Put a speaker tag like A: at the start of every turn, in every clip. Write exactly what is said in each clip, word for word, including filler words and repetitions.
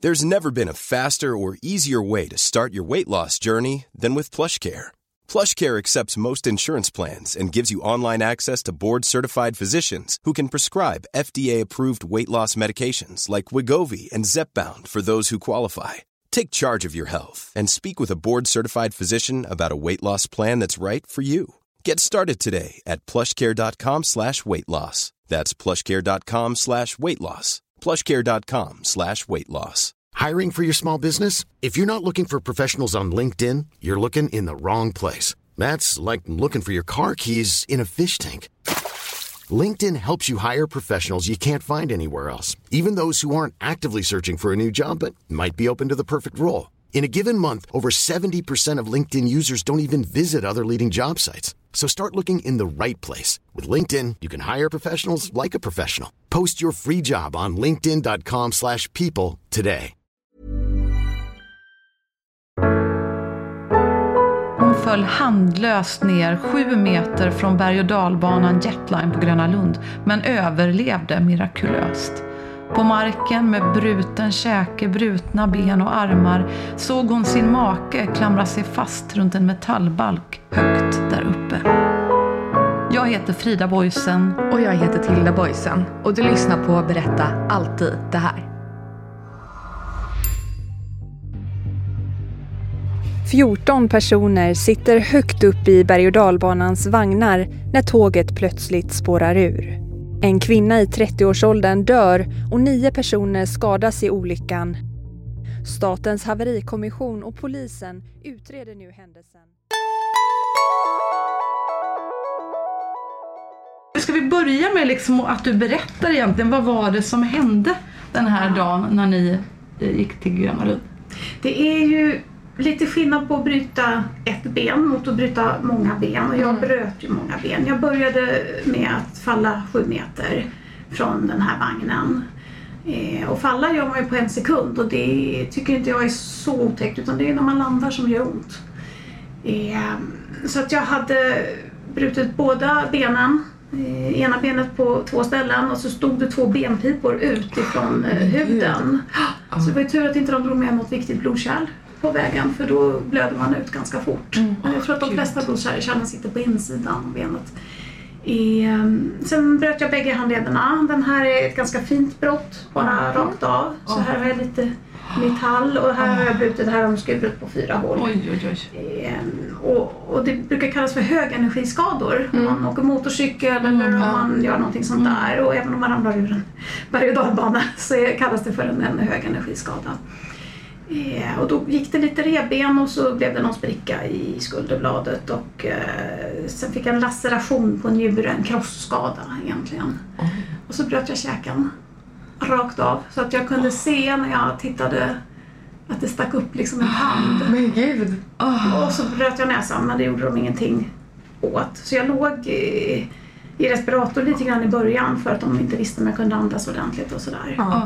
A: There's never been a faster or easier way to start your weight loss journey than with PlushCare. PlushCare accepts most insurance plans and gives you online access to board-certified physicians who can prescribe F D A-approved weight loss medications like Wegovy and Zepbound for those who qualify. Take charge of your health and speak with a board-certified physician about a weight loss plan that's right for you. Get started today at plushcare.com slash weight loss. That's plushcare.com slash weight loss. plushcare.com slash weight loss.
B: Hiring for your small business? If you're not looking for professionals on LinkedIn, you're looking in the wrong place. That's like looking for your car keys in a fish tank. LinkedIn helps you hire professionals you can't find anywhere else, even those who aren't actively searching for a new job but might be open to the perfect role. In a given month, over seventy percent of LinkedIn users don't even visit other leading job sites. So start looking in the right place. With LinkedIn, you can hire professionals like a professional. Post your free job on linkedin.com slash people today.
C: Hon föll handlöst ner sju meter från berg- och dalbanan Jetline på Gröna Lund, men överlevde mirakulöst. På marken med bruten käke, brutna ben och armar såg hon sin make klamra sig fast runt en metallbalk högt där uppe. Jag heter Frida Boysen.
D: Och jag heter Tilda Boysen. Och du lyssnar på Berätta alltid det här.
E: fjorton personer sitter högt upp i berg- och dalbanans vagnar när tåget plötsligt spårar ur. En kvinna i trettioårsåldern dör och nio personer skadas i olyckan. Statens haverikommission och polisen utreder nu händelsen.
C: Ska vi börja med liksom att du berättar egentligen vad var det som hände den här dagen när ni gick till Gröna Lund?
F: Det är ju lite skillnad på att bryta ett ben mot att bryta många ben, och jag mm. bröt ju många ben. Jag började med att falla sju meter från den här vagnen. Eh, och falla gör man ju på en sekund, och det tycker inte jag är så otäckt, utan det är när man landar som gör ont. Eh, så att jag hade brutit båda benen, eh, ena benet på två ställen, och så stod det två benpipor ut ifrån eh, huden. Så det var ju tur att inte de drog med något viktigt blodkärl på vägen, för då blöder man ut ganska fort. Mm. Jag tror att de flesta blodkärlen sitter på insidan av benet. I, sen bröt jag bägge handlederna. Den här är ett ganska fint brott, bara mm. rakt av. Så här har jag lite metall, och här har jag brutit, här har de skurit på fyra hål.
C: Oj, oj, oj.
F: I, och, och det brukar kallas för högenergiskador. Mm. Om man åker motorcykel eller mm. om man gör någonting sånt mm. där. Och även om man ramlar ur en berg- och dalbana så kallas det för en, en högenergiskada. Eh, och då gick det lite revben, och så blev det någon spricka i skulderbladet, och eh, sen fick jag en laceration på njuren, en krossskada egentligen. Mm. Och så bröt jag käken rakt av, så att jag kunde se när jag tittade att det stack upp liksom en tand.
D: Men gud!
F: Oh. Och så bröt jag näsan, men det gjorde de ingenting åt. Så jag låg i, i respirator lite grann i början, för att de inte visste om jag kunde andas ordentligt och sådär.
C: Oh.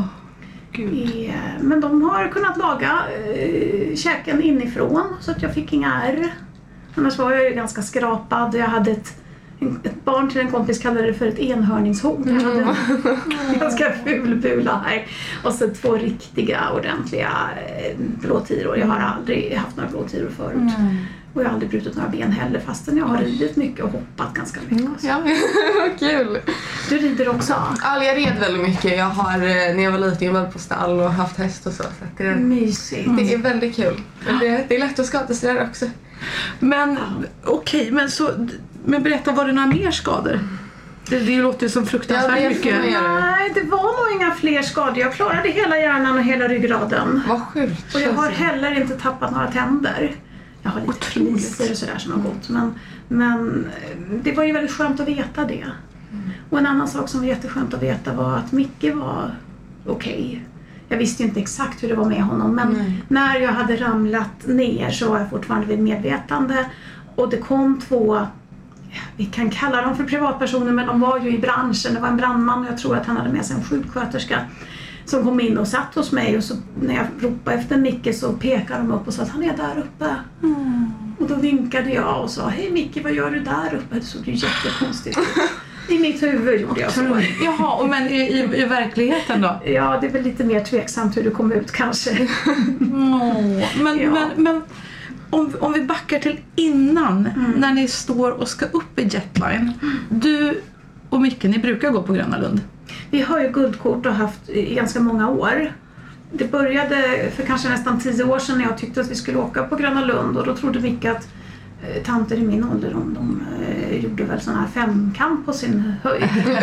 F: I, men de har kunnat laga eh, käken inifrån, så att jag fick inga ärr. Annars var jag ju ganska skrapad. Jag hade ett, en, ett barn till en kompis kallade det för ett enhörningshorn. Jag hade en ganska ful bula här. Och så två riktiga ordentliga eh, blåtiror. Jag har aldrig haft några blåtiror förut. Mm. Och jag har aldrig brutit några ben heller, fastän jag har ridit mycket och hoppat ganska mycket. Alltså.
D: Ja, vad kul!
F: Du rider också?
D: Ja, jag red väldigt mycket. Jag har, när jag var liten, jag var på stall och haft häst och så. så att det,
F: Mysigt.
D: Det är väldigt kul. Men det, det är lätt att skada sig där också.
C: Men okej, okay, men, så, men berätta, var det några mer skador? Det, det låter som fruktansvärt
D: ja,
C: mycket.
F: Nej, det var nog inga fler skador. Jag klarade hela hjärnan och hela ryggraden.
D: Vad sjukt.
F: Och jag har heller inte tappat några tänder. Jag har lite kriser och sådär som har gått. Men, men det var ju väldigt skönt att veta det. Mm. Och en annan sak som var jätteskönt att veta var att Micke var okej. Okay. Jag visste ju inte exakt hur det var med honom. Men mm. när jag hade ramlat ner så var jag fortfarande vid medvetande. Och det kom två, vi kan kalla dem för privatpersoner, men de var ju i branschen. Det var en brandman, och jag tror att han hade med sig en sjuksköterska som kom in och satt hos mig, och så när jag ropade efter Micke så pekade de upp och sa att han är där uppe. Mm. Och då vinkade jag och sa: hej Micke, vad gör du där uppe? Det såg ju jättekonstigt ut. I mitt huvud gjorde jag så.
C: Jaha, men i, i, i verkligheten då?
F: Ja, det är väl lite mer tveksamt hur det kom ut kanske.
C: Oh, men,
F: ja.
C: men, men om, om vi backar till innan,
F: mm.
C: när ni står och ska upp i Jetline. Du och Micke, ni brukar gå på Gröna Lund.
F: Vi har ju guldkort och haft i ganska många år. Det började för kanske nästan tio år sedan när jag tyckte att vi skulle åka på Gröna Lund. Och då trodde Micke att eh, tanter i min ålder, de, de eh, gjorde väl sån här femkamp på sin höjd.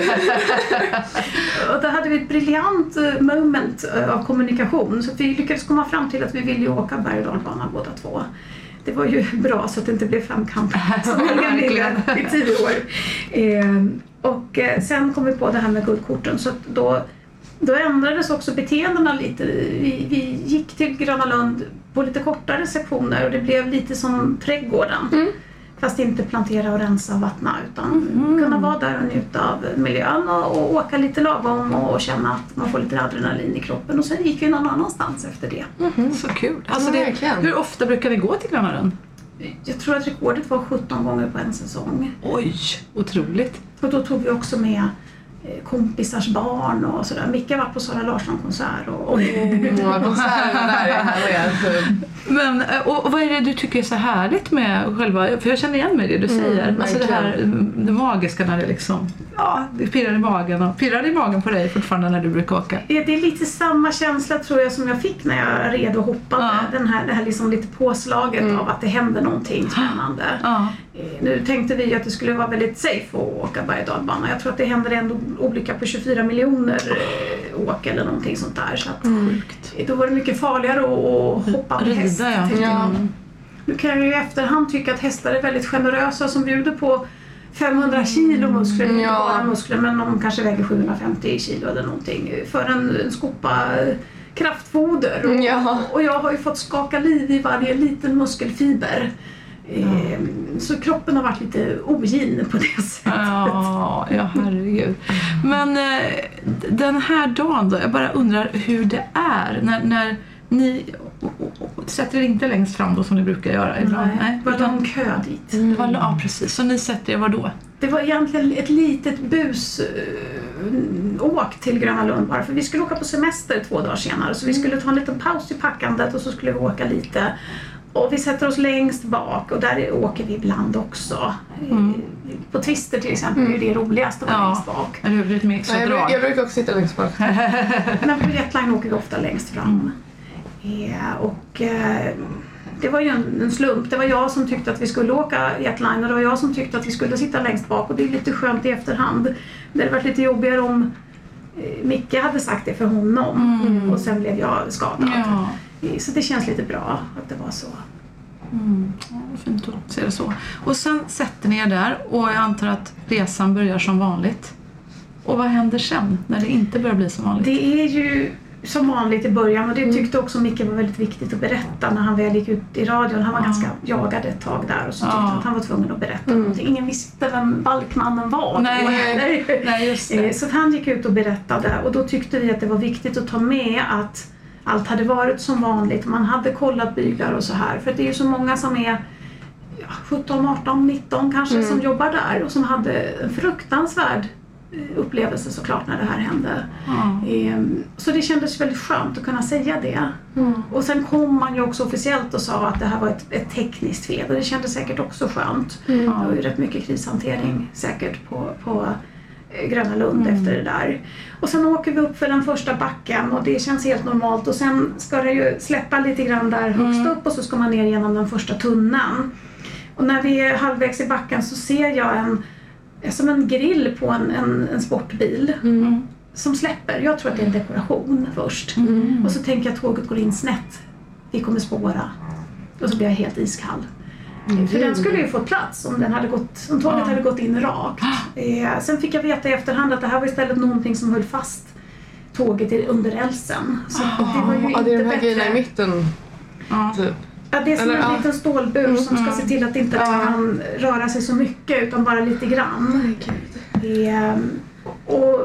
F: Och då hade vi ett briljant moment av kommunikation. Så att vi lyckades komma fram till att vi ville åka berg- och dalbana båda två. Det var ju bra så att det inte blev femkamp som jag ville i tio år. Eh, och eh, sen kom vi på det här med guldkorten. Så att då... Då ändrades också beteendena lite. Vi, vi gick till Gröna Lund på lite kortare sektioner och det blev lite som trädgården. Mm. Fast inte plantera och rensa och vattna utan mm. kunna vara där och njuta av miljön och, och åka lite lagom och, och känna att man får lite adrenalin i kroppen. Och sen gick vi någon annanstans efter det.
C: Mm. Så kul. Alltså det, hur ofta brukar ni gå till Gröna Lund?
F: Jag tror att rekordet var sjutton gånger på en säsong.
C: Oj, otroligt.
F: Och då tog vi också med kompisars barn och sådär. Micke var på Sara Larsson-konsert. Och, och...
D: Ja, konserterna där är härliga.
C: Men, och, och vad är det du tycker är så härligt med själva, för jag känner igen mig det du säger. Mm, alltså det här, det magiska när det liksom, ja, det pirrar i magen och pirrar i magen på dig fortfarande när du brukar åka.
F: Ja, det är lite samma känsla tror jag som jag fick när jag red och hoppade. Ja. Den här, det här liksom lite påslaget mm. av att det händer någonting spännande. Ja. Nu tänkte vi att det skulle vara väldigt safe att åka berg- och dalbana. Jag tror att det händer ändå olycka på tjugofyra miljoner åk eller någonting sånt där. Så att mm. då var det mycket farligare att hoppa med häst.
C: Ja. Ja.
F: Nu kan jag ju i efterhand tycka att hästar är väldigt generösa som bjuder på femhundra kilo muskler, inte ja. bara muskler men de kanske väger sjuhundrafemtio kilo eller någonting för en, en skopa kraftfoder. Och, ja. och jag har ju fått skaka liv i varje liten muskelfiber. Mm. Så kroppen har varit lite ogin på det sättet.
C: Ja, ja herregud. Men den här dagen då, jag bara undrar hur det är när, när ni sätter er inte längst fram då som ni brukar göra ibland.
F: Nej, Nej, det var lång kö dit.
C: Mm. Det var, ja, precis. Så ni sätter er var då?
F: Det var egentligen ett litet bus äh, åk till Gröna Lund bara för vi skulle åka på semester två dagar senare så vi skulle ta en liten paus i packandet och så skulle vi åka lite. Och vi sätter oss längst bak och där åker vi ibland också. Mm. På Twister till exempel mm. är det roligast att vara ja. längst bak.
C: Eller hur blir det med
D: jag, bruk, jag brukar också sitta längst bak.
F: Men på Jetline åker vi ofta längst fram. Mm. Ja, och eh, det var ju en, en slump. Det var jag som tyckte att vi skulle åka Jetline och det var jag som tyckte att vi skulle sitta längst bak. Och det är lite skönt i efterhand. Det hade varit lite jobbigare om eh, Micke hade sagt det för honom. Mm. Och sen blev jag skadad. Ja. Så det känns lite bra att det var så.
C: Mm. Ja, fint att se det så. Och sen sätter ni er där och jag antar att resan börjar som vanligt. Och vad händer sen när det inte börjar bli som vanligt?
F: Det är ju som vanligt i början och det tyckte också Micke var väldigt viktigt att berätta när han väl gick ut i radion. Han var ja. ganska jagad ett tag där och så tyckte ja. att han var tvungen att berätta mm. någonting. Ingen visste vem Balkmannen var.
C: Nej, nej. nej just det.
F: Så han gick ut och berättade och då tyckte vi att det var viktigt att ta med att allt hade varit som vanligt. Man hade kollat byglar och så här. För det är ju så många som är ja, sjutton, arton, nitton kanske mm. som jobbar där. Och som hade en fruktansvärd upplevelse såklart när det här hände. Mm. Så det kändes väldigt skönt att kunna säga det. Mm. Och sen kom man ju också officiellt och sa att det här var ett, ett tekniskt fel. Och det kändes säkert också skönt. Mm. Det var ju rätt mycket krishantering säkert på... på Gröna Lund mm. efter det där. Och sen åker vi upp för den första backen och det känns helt normalt och sen ska det ju släppa lite grann där högst mm. upp och så ska man ner genom den första tunneln. Och när vi är halvvägs i backen så ser jag en som en grill på en, en, en sportbil mm. som släpper. Jag tror att det är en dekoration först. Mm. Och så tänker jag att tåget går in snett. Vi kommer spåra. Och så blir jag helt iskall. Mm. För den skulle ju fått plats om, den hade gått, om tåget ja. hade gått in rakt. Eh, sen fick jag veta i efterhand att det här var istället någonting som höll fast tåget under rälsen. Så oh. det var ju
D: ja,
F: inte
D: det är de här
F: bättre.
D: grejerna i mitten.
F: Ja. Typ. Ja, det är som Eller, en ja. liten stålbur mm. som ska se till att inte ja. kan röra sig så mycket utan bara lite grann. Eh, och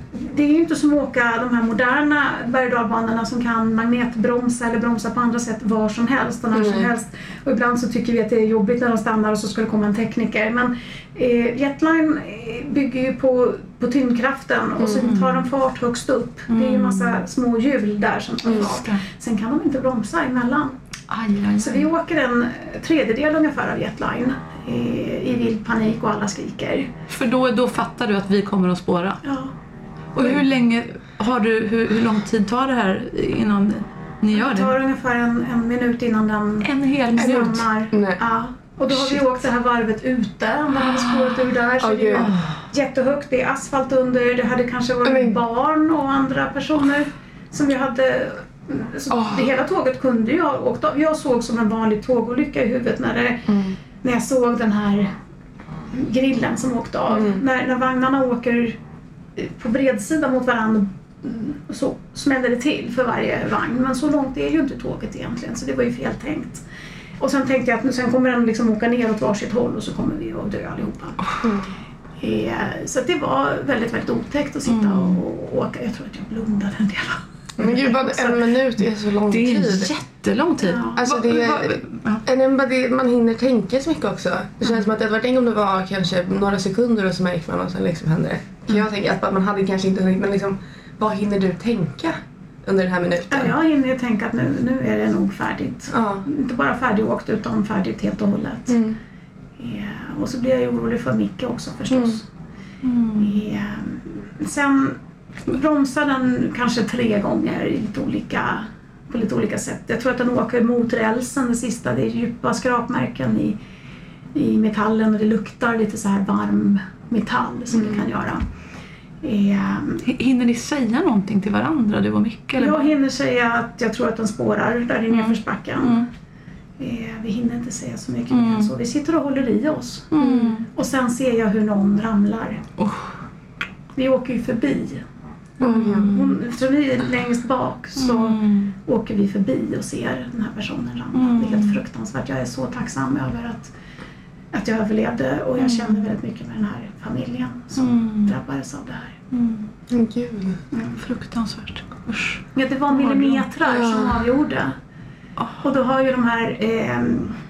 F: det är ju inte som att åka de här moderna berg- och dalbanorna som kan magnetbromsa eller bromsa på andra sätt var som helst och när mm. som helst. Och ibland så tycker vi att det är jobbigt när de stannar och så ska det komma en tekniker. Men eh, Jetline bygger ju på, på tyngdkraften och så tar de fart högst upp. Mm. Det är ju en massa små hjul där som tar fart. Sen kan de inte bromsa emellan.
C: Aj, aj, aj.
F: Så vi åker en tredjedel ungefär av Jetline i, i vild panik och alla skriker.
C: För då, då fattar du att vi kommer att spåra?
F: Ja.
C: Och hur länge har du, hur, hur lång tid tar det här innan ni gör det?
F: Det tar ungefär en, en minut innan den
C: En hel minut?
F: Ja. Och då har Shit. vi åkt det här varvet ute. Man hade spårat ur där. Så oh, det är oh. jättehögt. Det är asfalt under. Det hade kanske varit mm. barn och andra personer som vi hade... Så oh. det hela tåget kunde jag åkt av. Jag såg som en vanlig tågolycka i huvudet när, det, mm. när jag såg den här grillen som åkte av. Mm. När, när vagnarna åker på bredsida mot varandra så smäller det till för varje vagn. Men så långt är ju inte tåget egentligen, så det var ju fel tänkt. Och sen tänkte jag att sen kommer den liksom åka ner åt varsitt håll och så kommer vi att dö allihopa. Mm. E, så det var väldigt, väldigt otäckt att sitta mm. och, och åka. Jag tror att jag blundade en del.
D: Men gud, bara en minut är så lång tid.
C: Det är jättelång tid.
D: Ja. Alltså det är, ja. det, man hinner tänka så mycket också. Det känns mm. som att det hade varit en om det var kanske några sekunder och så märker man och sen liksom händer det. Mm. Jag tänker att man hade kanske inte tänkt, men liksom, vad hinner du tänka under den här minuten?
F: Ja, jag hinner ju tänka att nu, nu är det nog färdigt. Ja. Inte bara färdigåkt utan färdigt helt och hållet. Mm. Ja, och så blir jag ju orolig för Micke också förstås. Mm. Mm. Ja, sen bromsar den kanske tre gånger i lite olika, på lite olika sätt. Jag tror att den åker mot rälsen det sista. Det är djupa skrapmärken i, i metallen och det luktar lite så här varm metall som mm. det kan göra. Eh,
C: hinner ni säga någonting till varandra, du och Micke? Eller?
F: Jag hinner säga att jag tror att den spårar där i nedförsbacken. Mm. Eh, vi hinner inte säga så mycket mm. mer så. Vi sitter och håller i oss. Mm. Och sen ser jag hur någon ramlar. Oh. Vi åker ju förbi. Mm. Hon, eftersom vi är längst bak så mm. åker vi förbi och ser den här personen ramla. Mm. Det är helt fruktansvärt. Jag är så tacksam över att, att jag överlevde och jag mm. känner väldigt mycket med den här familjen som mm. drabbades av det här.
C: Mm.
D: Gud.
F: Mm.
C: Fruktansvärt. Usch.
F: Ja, det var millimetrar ja. som avgjorde. Oh. Och då har ju de här eh,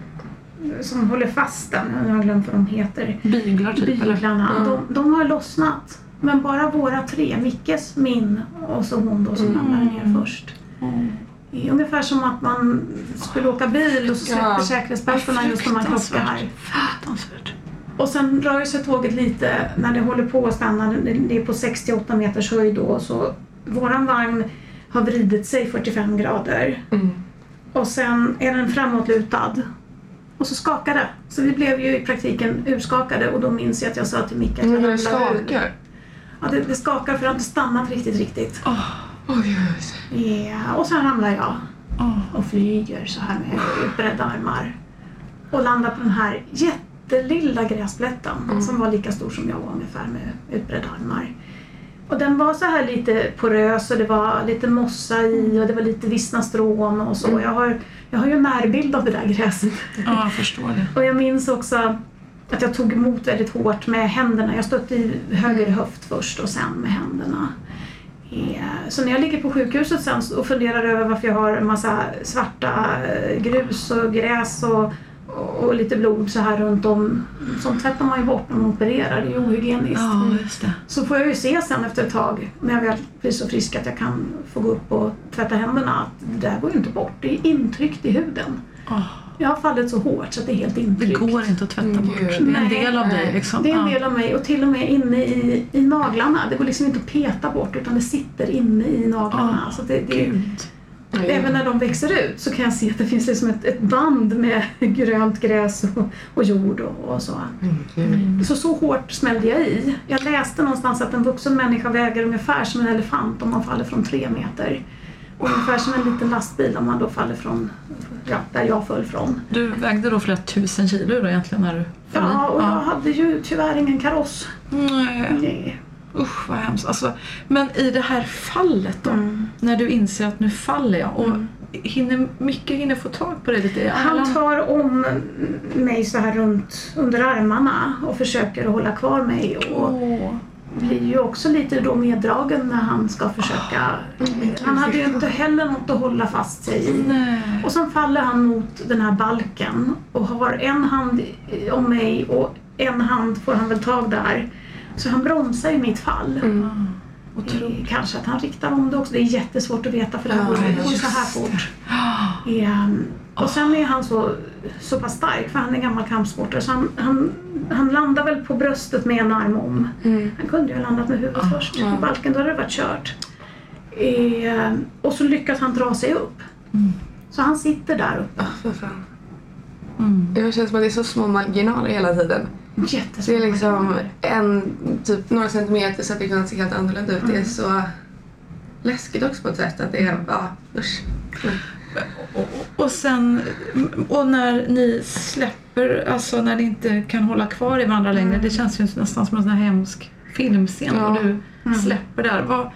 F: som håller fast den, jag har glömt vad de heter.
C: Byglar typ,
F: Byglarna.
C: Eller?
F: De, de har lossnat. Men bara våra tre, Mickes, min och så hon då som mm. ramlade ner först. Mm. Det är ungefär som att man skulle åka bil och så släpper ja. säkerhetsbältarna just när man krockar.
C: Fruktansvärt.
F: Och sen rör sig tåget lite när det håller på att stanna. Det är på sextioåtta meters höjd då. Så våran vagn har vridit sig fyrtiofem grader. Mm. Och sen är den framåtlutad. Och så skakar det. Så vi blev ju i praktiken urskakade. Och då minns jag att jag sa till Micke att jag
D: ramlade skakar.
F: Ja, det, det skakar för att det inte stannat riktigt riktigt.
C: Oh.
D: Oh, yes.
F: Ja, och sen ramlar jag. Oh. Och flyger så här med utbredda armar. Och landar på den här jättelilla gräsplätten. Mm. Som var lika stor som jag var ungefär med utbredda armar. Och den var så här lite porös och det var lite mossa i och det var lite vissna strån och så. Mm. Jag har, jag har ju en närbild av det där gräset.
C: Ja, jag förstår det.
F: Och jag minns också att jag tog emot väldigt hårt med händerna. Jag stötte i höger höft först och sen med händerna. Ja. Så när jag ligger på sjukhuset sen och funderar över varför jag har en massa svarta grus och gräs och, och lite blod så här runt om. Sånt tvättar man ju bort när man opererar. Det är ju ohygieniskt.
C: Ja, just det.
F: Så får jag ju se sen efter ett tag när jag väl blir så frisk att jag kan få gå upp och tvätta händerna att det där går ju inte bort. Det är intryckt i huden. Oh. Jag har fallit så hårt så att det är helt intryckt.
C: Det går inte att tvätta bort. Det är en
F: nej,
C: del av dig liksom.
F: Det är en del av mig och till och med inne i, i naglarna. Det går liksom inte att peta bort utan det sitter inne i naglarna. Oh, så det, det, även när de växer ut så kan jag se att det finns liksom ett, ett band med grönt gräs och, och jord och, och så. Mm. Så så hårt smällde jag i. Jag läste någonstans att en vuxen människa väger ungefär som en elefant om man faller från tre meter. Och ungefär som en liten lastbil om man då faller från, ja, där jag föll från.
C: Du vägde då flera tusen kilo då egentligen när du föll i?
F: Ja, och ja. jag hade ju tyvärr ingen kaross.
C: Nej. Nej. Usch, vad hemskt. Alltså, men i det här fallet då, mm. när du inser att nu faller jag och mm. hinner, mycket hinner få tag på det lite.
F: Han tar om mig så här runt under armarna och försöker att hålla kvar mig. Och
C: oh.
F: blir ju också lite då meddragen när han ska försöka. Mm. Han hade ju inte heller något att hålla fast sig i. Nej. Och sen faller han mot den här balken och har en hand om mig och en hand får han väl tag där. Så han bromsar i mitt fall. Mm. Och tror kanske att han riktar om det också. Det är jättesvårt att veta för det går ja, så här fort. Um, och sen är han så, så pass stark för han är gammal kampsportare så han, han, han landar väl på bröstet med en arm om. Mm. Han kunde ju ha landat med huvudet oh, först. Ja. I balken då hade det varit kört. Um, och så lyckas han dra sig upp. Mm. Så han sitter där uppe.
D: Oh, för fan. Mm. Det känns som att det är så små marginaler hela tiden.
F: Jättesmå.
D: Det är liksom en, typ några centimeter så att det kan se helt annorlunda ut. Mm. Det är så läskigt också på ett sätt att det är bara usch. Mm.
C: Och, och sen och när ni släpper, alltså när ni inte kan hålla kvar i varandra längre, mm. det känns ju nästan som en sån här hemsk filmscen ja. Och du mm. släpper där. Vad,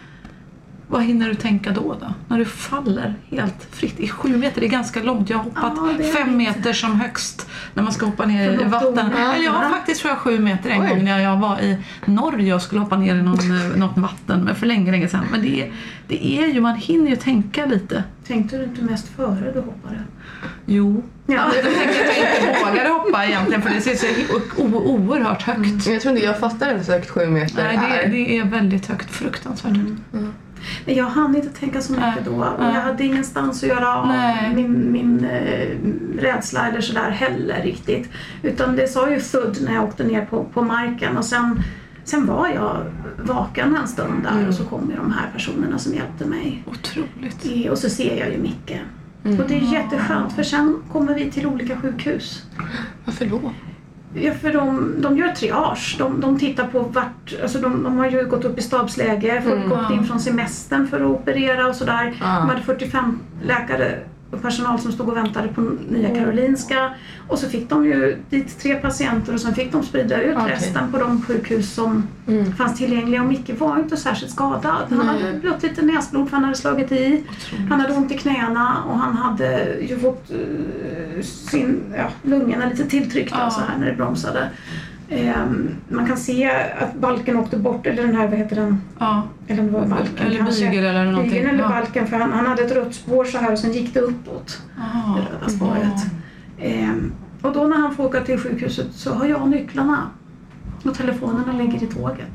C: vad hinner du tänka då då? När du faller helt fritt i sju meter, det är ganska långt. Jag har hoppat ja, fem meter som högst när man ska hoppa ner i vatten. Ja. Eller jag har faktiskt tror jag sju meter en Oj. gång när jag var i Norge och skulle hoppa ner i någon, något vatten, men för länge, länge sedan. Men det är, det är ju, man hinner ju tänka lite.
F: Tänkte du inte mest före du hoppade?
C: Jo. Ja. Jag tänkte att jag inte vågade hoppa egentligen för det ser så o- oerhört högt.
D: Mm. Jag tror inte jag fattar ens högt sju meter.
C: Nej, det är, det är väldigt högt, fruktansvärt. Mm. Mm.
F: Jag hann inte tänka så mycket då och jag hade ingenstans att göra av min, min äh, rädsla eller sådär heller riktigt. Utan det sa ju thud när jag åkte ner på, på marken och sen, sen var jag vaken en stund där mm. och så kom ju de här personerna som hjälpte mig.
C: Otroligt.
F: I, och så ser jag ju Micke. Mm. Och det är jätteskönt för sen kommer vi till olika sjukhus.
D: Varför då?
F: Ja, för de, de gör triage. De, de tittar på vart, alltså de, de har ju gått upp i stabsläge, folk mm. gått in från semestern för att operera och sådär. Mm. De hade fyrtiofem läkare och personal som stod och väntade på Nya Karolinska. Och så fick de ju dit tre patienter och sen fick de sprida ut okay. resten på de sjukhus som mm. fanns tillgängliga. Och Micke var inte särskilt skadad. Han mm. hade blivit lite näsblod för han hade slagit i. Otroligt. Han hade ont i knäna och han hade ju fått uh, sin, ja, lungorna lite tilltryckta ja. så här när det bromsade. Um, man kan se att balken åkte bort, eller den här, vad heter den? Ja. Eller det var balken
C: eller kanske. Byger eller någonting.
F: Bygen eller ja. balken, för han, han hade ett rött spår så här och sen gick det uppåt. Ah. Det röda spåret. Um, och då när han får åka till sjukhuset så har jag nycklarna. Och telefonerna ligger i tåget.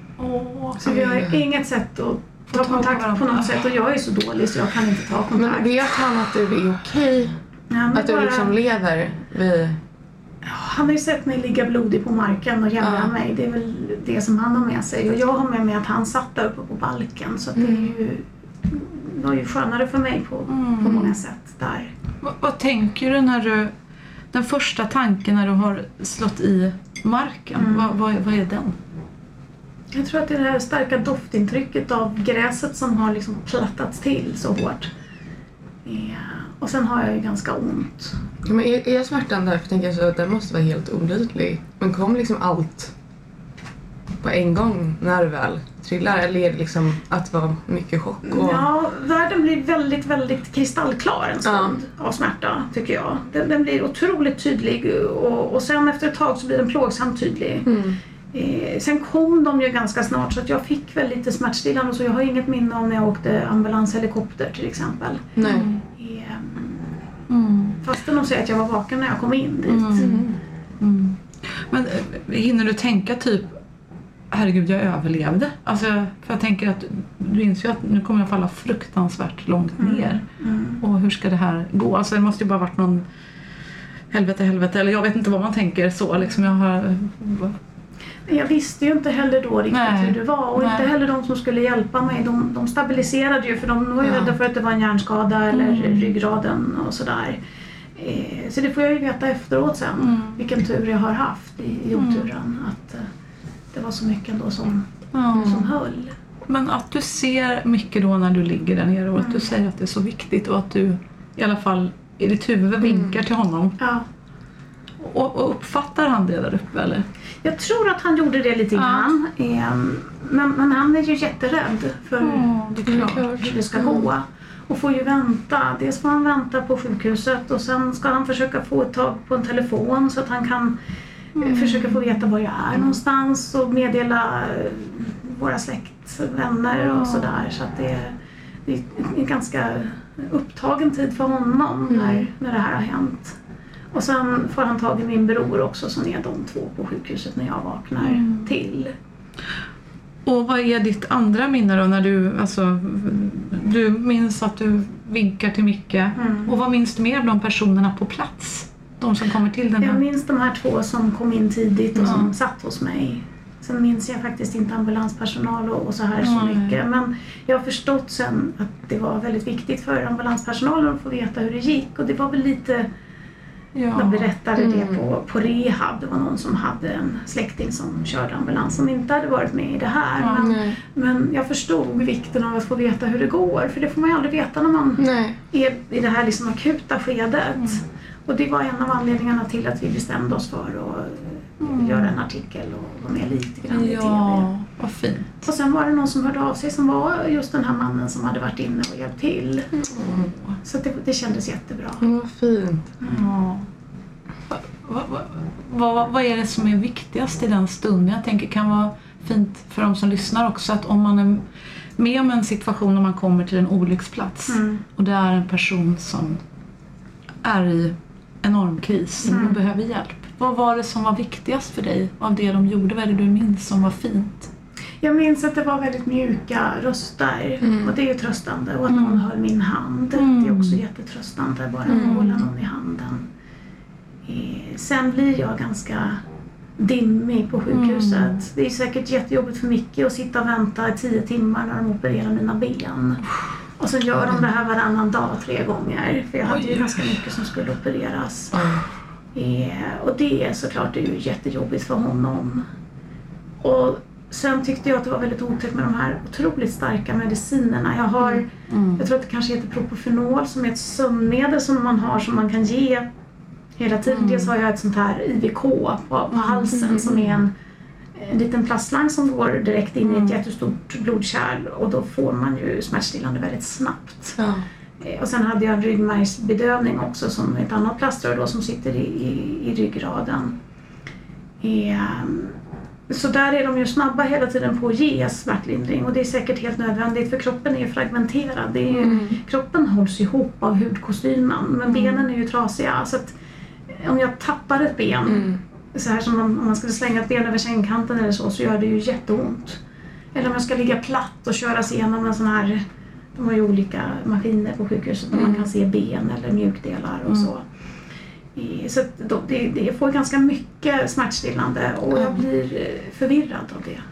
F: Oh. Så vi har inget sätt att ta kontakt på något sätt och jag är så dålig så jag kan inte ta kontakt.
D: Men vet han att det är okej? Ja, att du bara... liksom lever vid...
F: Han har ju sett mig ligga blodig på marken och jämra ja. mig. Det är väl det som han har med sig. Och jag har med mig att han satt där uppe på balken. Så att mm. det, är ju, det var ju skönare för mig på, mm. på många sätt där.
C: Vad, vad tänker du när du... Den första tanken när du har slått i marken, mm. vad, vad, vad är den?
F: Jag tror att det är det här starka doftintrycket av gräset som har liksom plattats till så hårt. Ja. Och sen har jag ju ganska ont.
D: Ja, men är, är smärtan därför tänker jag så att den måste vara helt olidlig. Men kom liksom allt på en gång när du väl trillar? Eller är det liksom att vara mycket chock? Och...
F: Ja, världen blir väldigt, väldigt kristallklar en stund ja. av smärta tycker jag. Den, den blir otroligt tydlig och, och sen efter ett tag så blir den plågsamt tydlig. Mm. Eh, sen kom de ju ganska snart så att jag fick väl lite smärtstillande så jag har inget minne om när jag åkte ambulanshelikopter till exempel.
D: Nej.
F: Eh, mm. Fastän de säger att jag var vaken när jag kom in dit.
C: Mm. Mm. Men hinner du tänka typ herregud jag överlevde? Alltså för jag tänker att du inser ju att nu kommer jag falla fruktansvärt långt ner. Mm. Mm. Och hur ska det här gå? Alltså det måste ju bara varit någon helvete helvete eller jag vet inte vad man tänker så liksom jag har...
F: Jag visste ju inte heller då riktigt Nej. hur det var och Nej. inte heller de som skulle hjälpa mig. De, de stabiliserade ju för de var ju ja. rädda för att det var en hjärnskada mm. eller ryggraden och sådär. Eh, så det får jag ju veta efteråt sen. Mm. Vilken tur jag har haft i, i oturen. Mm. Att eh, det var så mycket ändå som, mm. som höll.
C: Men att du ser mycket då när du ligger där nere och mm. att du säger att det är så viktigt och att du i alla fall i ditt huvud vinkar mm. till honom.
F: Ja.
C: Och, och uppfattar han det där uppe eller?
F: Jag tror att han gjorde det lite grann. Ja. Men, men han är ju jätterädd för
C: oh, det är klart.
F: hur det ska mm. gå. Och får ju vänta. Dels får han vänta på sjukhuset och sen ska han försöka få ett tag på en telefon så att han kan mm. försöka få veta var jag är någonstans och meddela våra släktvänner och sådär. Så att det är, det är en ganska upptagen tid för honom mm. när, när det här har hänt. Och sen får han tag i min bror också, så är de två på sjukhuset när jag vaknar mm. till.
C: Och vad är ditt andra minne då när du, alltså, du minns att du vinkar till Micke mm. och vad minns du mer av de personerna på plats? De som kommer till den här?
F: Jag minns de här två som kom in tidigt och som mm. satt hos mig. Sen minns jag faktiskt inte ambulanspersonal och, och så här mm. så mycket. Men jag har förstått sen att det var väldigt viktigt för ambulanspersonalen att få veta hur det gick. Och det var väl lite... Ja. De berättade mm. det på, på rehab. Det var någon som hade en släkting som körde ambulans som inte hade varit med i det här. Ja, men, men jag förstod vikten av att få veta hur det går. För det får man ju aldrig veta när man nej. är i det här liksom akuta skedet. Mm. Och det var en av anledningarna till att vi bestämde oss för att mm. göra en artikel och vara med lite grann i
C: ja,
F: tv.
C: Vad fint.
F: Och sen var det någon som hörde av sig som var just den här mannen som hade varit inne och hjälpt till. Mm. Så det, det kändes jättebra.
D: Mm, vad fint.
C: Mm. Ja. Vad, vad, vad, vad är det som är viktigast i den stunden? Jag tänker kan vara fint för de som lyssnar också att om man är med om en situation när man kommer till en olycksplats mm. och det är en person som är i enorm kris mm. och behöver hjälp. Vad var det som var viktigast för dig av det de gjorde? Vad är det du minns som var fint?
F: Jag minns att det var väldigt mjuka röster mm. och det är ju tröstande och att
C: mm.
F: någon höll min hand. Mm. Det är också jättetröstande bara att mm. hålla någon i handen. Sen blir jag ganska dimmig på sjukhuset. Mm. Det är säkert jättejobbigt för Micke att sitta och vänta i tio timmar när de opererar mina ben. Och så gör de det här varannan dag tre gånger. För jag hade ju ganska mycket som skulle opereras. Mm. Och det är såklart det är ju jättejobbigt för honom. Och sen tyckte jag att det var väldigt otäckt med de här otroligt starka medicinerna. Jag har, mm. jag tror att det kanske heter Propofenol som är ett sömnmedel som man har som man kan ge hela tiden. Mm. Dels har jag ett sånt här I V K på, på halsen mm. som är en, en liten plastslang som går direkt in mm. i ett jättestort blodkärl och då får man ju smärtstillande väldigt snabbt. Ja. Och sen hade jag en ryggmärgsbedövning också som ett annat plaströr då som sitter i, i, i ryggraden. E, så där är de ju snabba hela tiden på att ge smärtlindring och det är säkert helt nödvändigt för kroppen är ju fragmenterad. Det är ju, mm. kroppen hålls ihop av hudkostymen men mm. benen är ju trasiga så att om jag tappar ett ben mm. så här som om man skulle slänga ett ben över sängkanten eller så så gör det ju jätteont. Eller om jag ska ligga platt och köras igenom en sån här, de har ju olika maskiner på sjukhuset där mm. man kan se ben eller mjukdelar och mm. så. Så då, det, det får ganska mycket smärtstillande och jag blir förvirrad av det.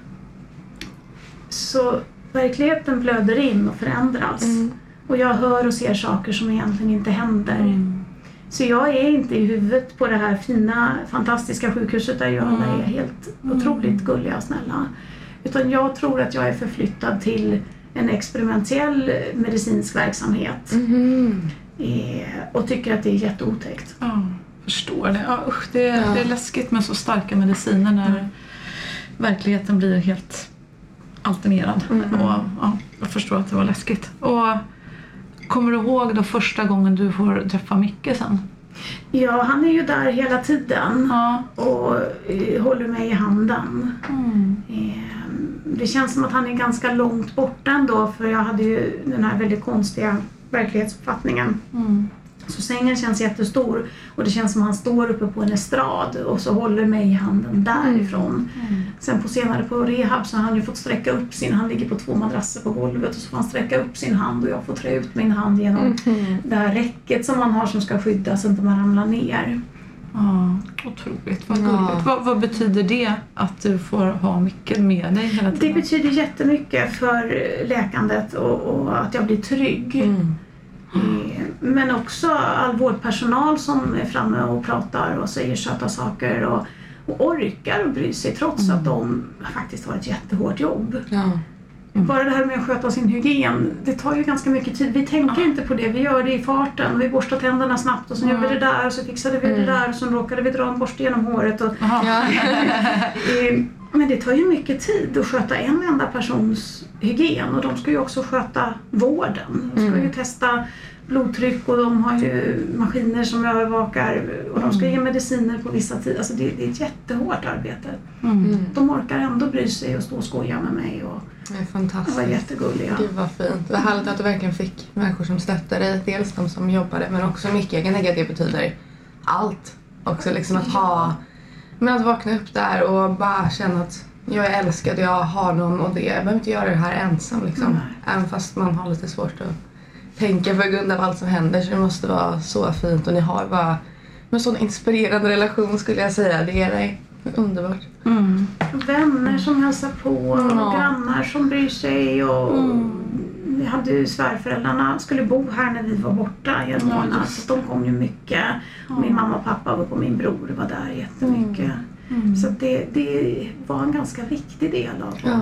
F: Så verkligheten blöder in och förändras. Mm. Och jag hör och ser saker som egentligen inte händer. Mm. Så jag är inte i huvudet på det här fina, fantastiska sjukhuset där jag mm. är helt mm. otroligt gulliga och snälla. Utan jag tror att jag är förflyttad till en experimentell medicinsk verksamhet. Mm. Och tycker att det är jätteotäckt.
C: Ja, förstår det. Ja, usch, det, är, ja. det är läskigt med så starka mediciner när mm. verkligheten blir helt alternerad. Mm. Och, ja, jag förstår att det var läskigt. Och kommer du ihåg då första gången du får träffa Micke sen?
F: Ja, han är ju där hela tiden ja. och eh, håller mig i handen. Mm. Eh, det känns som att han är ganska långt borta ändå för jag hade ju den här väldigt konstiga verklighetsuppfattningen. Mm. Så sängen känns jättestor och det känns som att han står uppe på en estrad och så håller mig i handen därifrån. Mm. Sen på senare på rehab så har han ju fått sträcka upp sin, han ligger på två madrasser på golvet och så får han sträcka upp sin hand och jag får trä ut min hand genom mm. det här räcket som man har som ska skydda så att man ramlar ner.
C: Ja, otroligt, vad gulligt. Ja. Vad, vad betyder det att du får ha mycket med dig hela tiden?
F: Det betyder jättemycket för läkandet och, och att jag blir trygg. Mm. Mm. Men också all vårdpersonal som är framme och pratar och säger söta saker och, och orkar och bry sig trots mm. att de faktiskt har ett jättehårt jobb. Ja. Mm. Bara det här med att sköta sin hygien, det tar ju ganska mycket tid. Vi tänker ja. inte på det, vi gör det i farten. Vi borstar tänderna snabbt och så mm. gör vi det där och så fixade vi mm. det där och så råkade vi dra en borste genom håret. Och, ja. Men det tar ju mycket tid att sköta en enda persons hygien och de ska ju också sköta vården. De ska mm. ju testa blodtryck och de har ju maskiner som övervakar och de ska ge mediciner på vissa tider. Alltså det, det är ett jättehårt arbete. Mm. De orkar ändå bry sig och stå och skoja med mig. Och
D: det är fantastiskt.
F: Det var jättegulliga.
D: Gud vad fint. Det var härligt att du verkligen fick människor som stöttar dig. Dels de som jobbade men också mycket. Jag kan tänka att det betyder allt. Också liksom att ha, men att vakna upp där och bara känna att jag är älskad, jag har någon och det. Jag behöver inte göra det här ensam liksom. Mm. Även fast man har lite svårt att tänka på grund av allt som händer, så det måste vara så fint. Och ni har bara en sån inspirerande relation skulle jag säga. Det är underbart.
F: Mm. Vänner som hälsar på och mm. grannar som bryr sig. Och mm. vi hade ju svärföräldrarna skulle bo här när vi var borta i en månad. Mm. Så de kom ju mycket. Mm. Min mamma och pappa och min bror var där jättemycket. Mm. Mm. Så det, det var en ganska viktig del av det. Ja.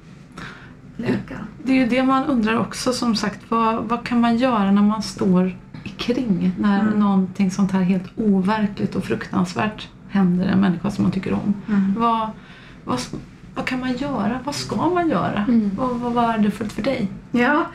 F: Läka.
C: Det är ju det man undrar också, som sagt, vad, vad kan man göra när man står i kring när mm. någonting sånt här helt overkligt och fruktansvärt händer en människa som man tycker om. Mm. Vad, vad, vad kan man göra? Vad ska man göra? Mm. Vad, vad var det för, för dig?
F: Ja,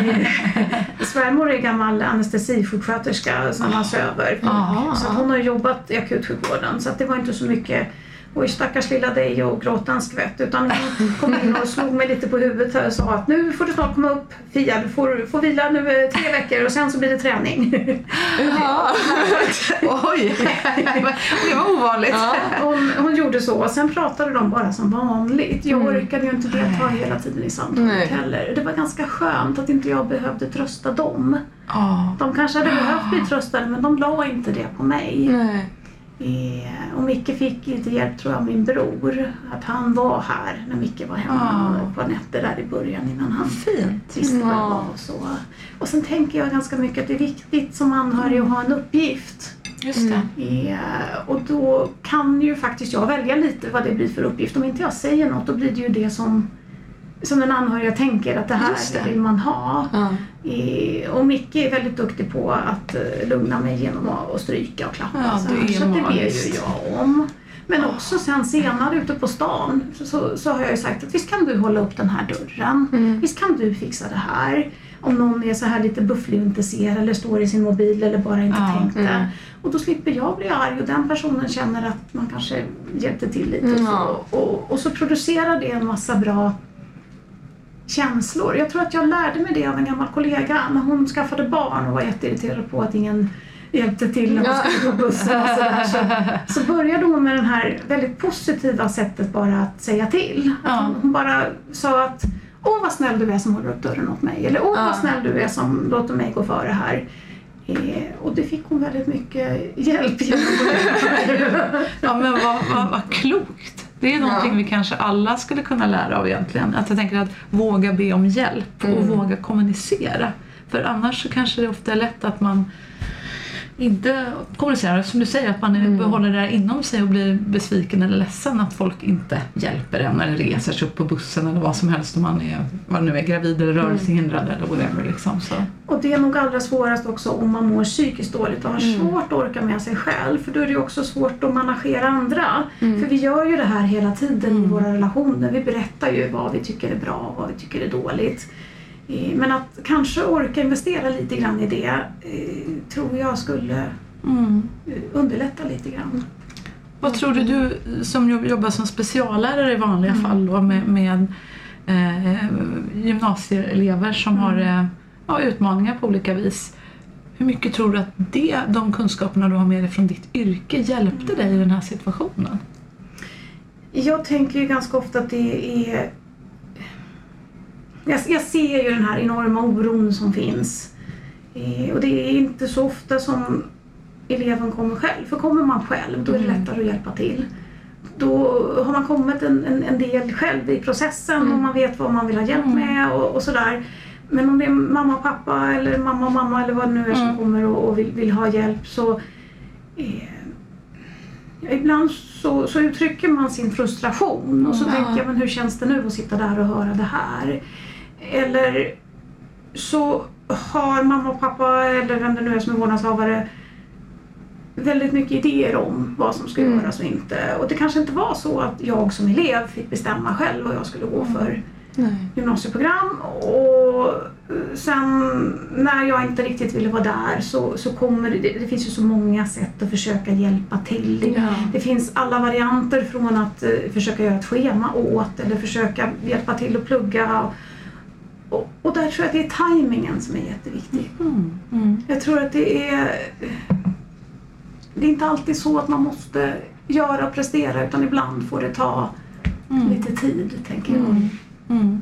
F: svärmor är gammal anestesisjuksköterska som var söver. Så hon har jobbat i akutsjukvården, så att det var inte så mycket och stackars lilla dig och gråta en skvätt, utan hon kom in och slog mig lite på huvudet och sa att nu får du snart komma upp, Fia, du får, får vila nu tre veckor och sen så blir det träning.
C: Ja. Oj, det var ovanligt. Ja.
F: Hon, hon gjorde så, och sen pratade de bara som vanligt. Jag orkade ju inte delta hela tiden i samtalet heller. Det var ganska skönt att inte jag behövde trösta dem. Oh. De kanske hade behövt bli tröstade, men de la inte det på mig. Nej. Och Micke fick lite hjälp, tror jag, av min bror. Att han var här när Micke var hemma oh. på nätter där i början innan han
C: Fint.
F: visste vad det var och så. Och sen tänker jag ganska mycket att det är viktigt som anhörig att ha en uppgift.
C: Just det.
F: Mm. Och då kan ju faktiskt jag välja lite vad det blir för uppgift. Om inte jag säger något, då blir det ju det som... som den anhöriga tänker att det här det. vill man ha. Mm. E, och Micke är väldigt duktig på att uh, lugna mig genom att stryka och klappa.
C: Ja,
F: så det, så det ber ju jag om. Men också sen senare ute på stan så, så, så har jag ju sagt att visst kan du hålla upp den här dörren. Mm. Visst kan du fixa det här. Om någon är så här lite bufflig och inte ser eller står i sin mobil eller bara inte ja, tänkte. Mm. Och då slipper jag bli arg och den personen känner att man kanske hjälpte till lite. Mm. Och, så, och, och så producerar det en massa bra känslor. Jag tror att jag lärde mig det av en gammal kollega när hon skaffade barn och var jätteirriterad på att ingen hjälpte till när hon skulle på bussen och sådär. Så, så började hon med det här väldigt positiva sättet bara att säga till. Att hon, hon bara sa att åh vad snäll du är som håller upp dörren åt mig. Eller åh vad snäll du är som låter mig gå före här. Eh, och det fick hon väldigt mycket hjälp genom det.
C: Ja, men vad, vad, vad klokt. Det är någonting ja. vi kanske alla skulle kunna lära av egentligen. Att jag tänker att våga be om hjälp och mm. våga kommunicera. För annars så kanske det ofta är lätt att man inte kommunicerar. Som du säger, att man mm. behåller det där inom sig och blir besviken eller ledsen att folk inte hjälper en eller reser sig upp på bussen eller vad som helst om man är, vad nu är, gravid eller rörelsehindrad eller whatever liksom. Så.
F: Och det är nog allra svårast också om man mår psykiskt dåligt och har mm. svårt att orka med sig själv. För då är det också svårt att managera andra. Mm. För vi gör ju det här hela tiden mm. i våra relationer. Vi berättar ju vad vi tycker är bra och vad vi tycker är dåligt. Men att kanske orka investera lite grann i det eh, tror jag skulle mm. underlätta lite grann.
C: Vad tror du, du som jobbar som speciallärare i vanliga mm. fall då, med, med eh, gymnasieelever som mm. har eh, ja, utmaningar på olika vis. Hur mycket tror du att det, de kunskaperna du har med dig från ditt yrke hjälpte dig i den här situationen?
F: Jag tänker ju ganska ofta att det är... Jag, jag ser ju den här enorma oron som finns. Eh, och det är inte så ofta som eleven kommer själv. För kommer man själv, då är det lättare att hjälpa till. Då har man kommit en, en, en del själv i processen mm. och man vet vad man vill ha hjälp med och, och sådär. Men om det är mamma och pappa eller mamma och mamma eller vad det nu är som mm. kommer och, och vill, vill ha hjälp så... Eh, ibland så, så uttrycker man sin frustration och så mm. tänker jag, men hur känns det nu att sitta där och höra det här? Eller så har mamma och pappa eller vem det nu är som är vårdnadshavare väldigt mycket idéer om vad som ska mm. göras och inte. Och det kanske inte var så att jag som elev fick bestämma själv vad jag skulle gå för mm. gymnasieprogram. Och och sen när jag inte riktigt ville vara där så, så kommer det, det finns ju så många sätt att försöka hjälpa till. Det,
D: Ja.
F: det finns alla varianter från att uh, försöka göra ett schema åt eller försöka hjälpa till att plugga. Och, och där tror jag att det är tajmingen som är jätteviktig.
C: Mm. Mm.
F: Jag tror att det är det är inte alltid så att man måste göra och prestera, utan ibland får det ta
C: Mm.
F: lite tid, tänker jag.
C: Mm. Mm.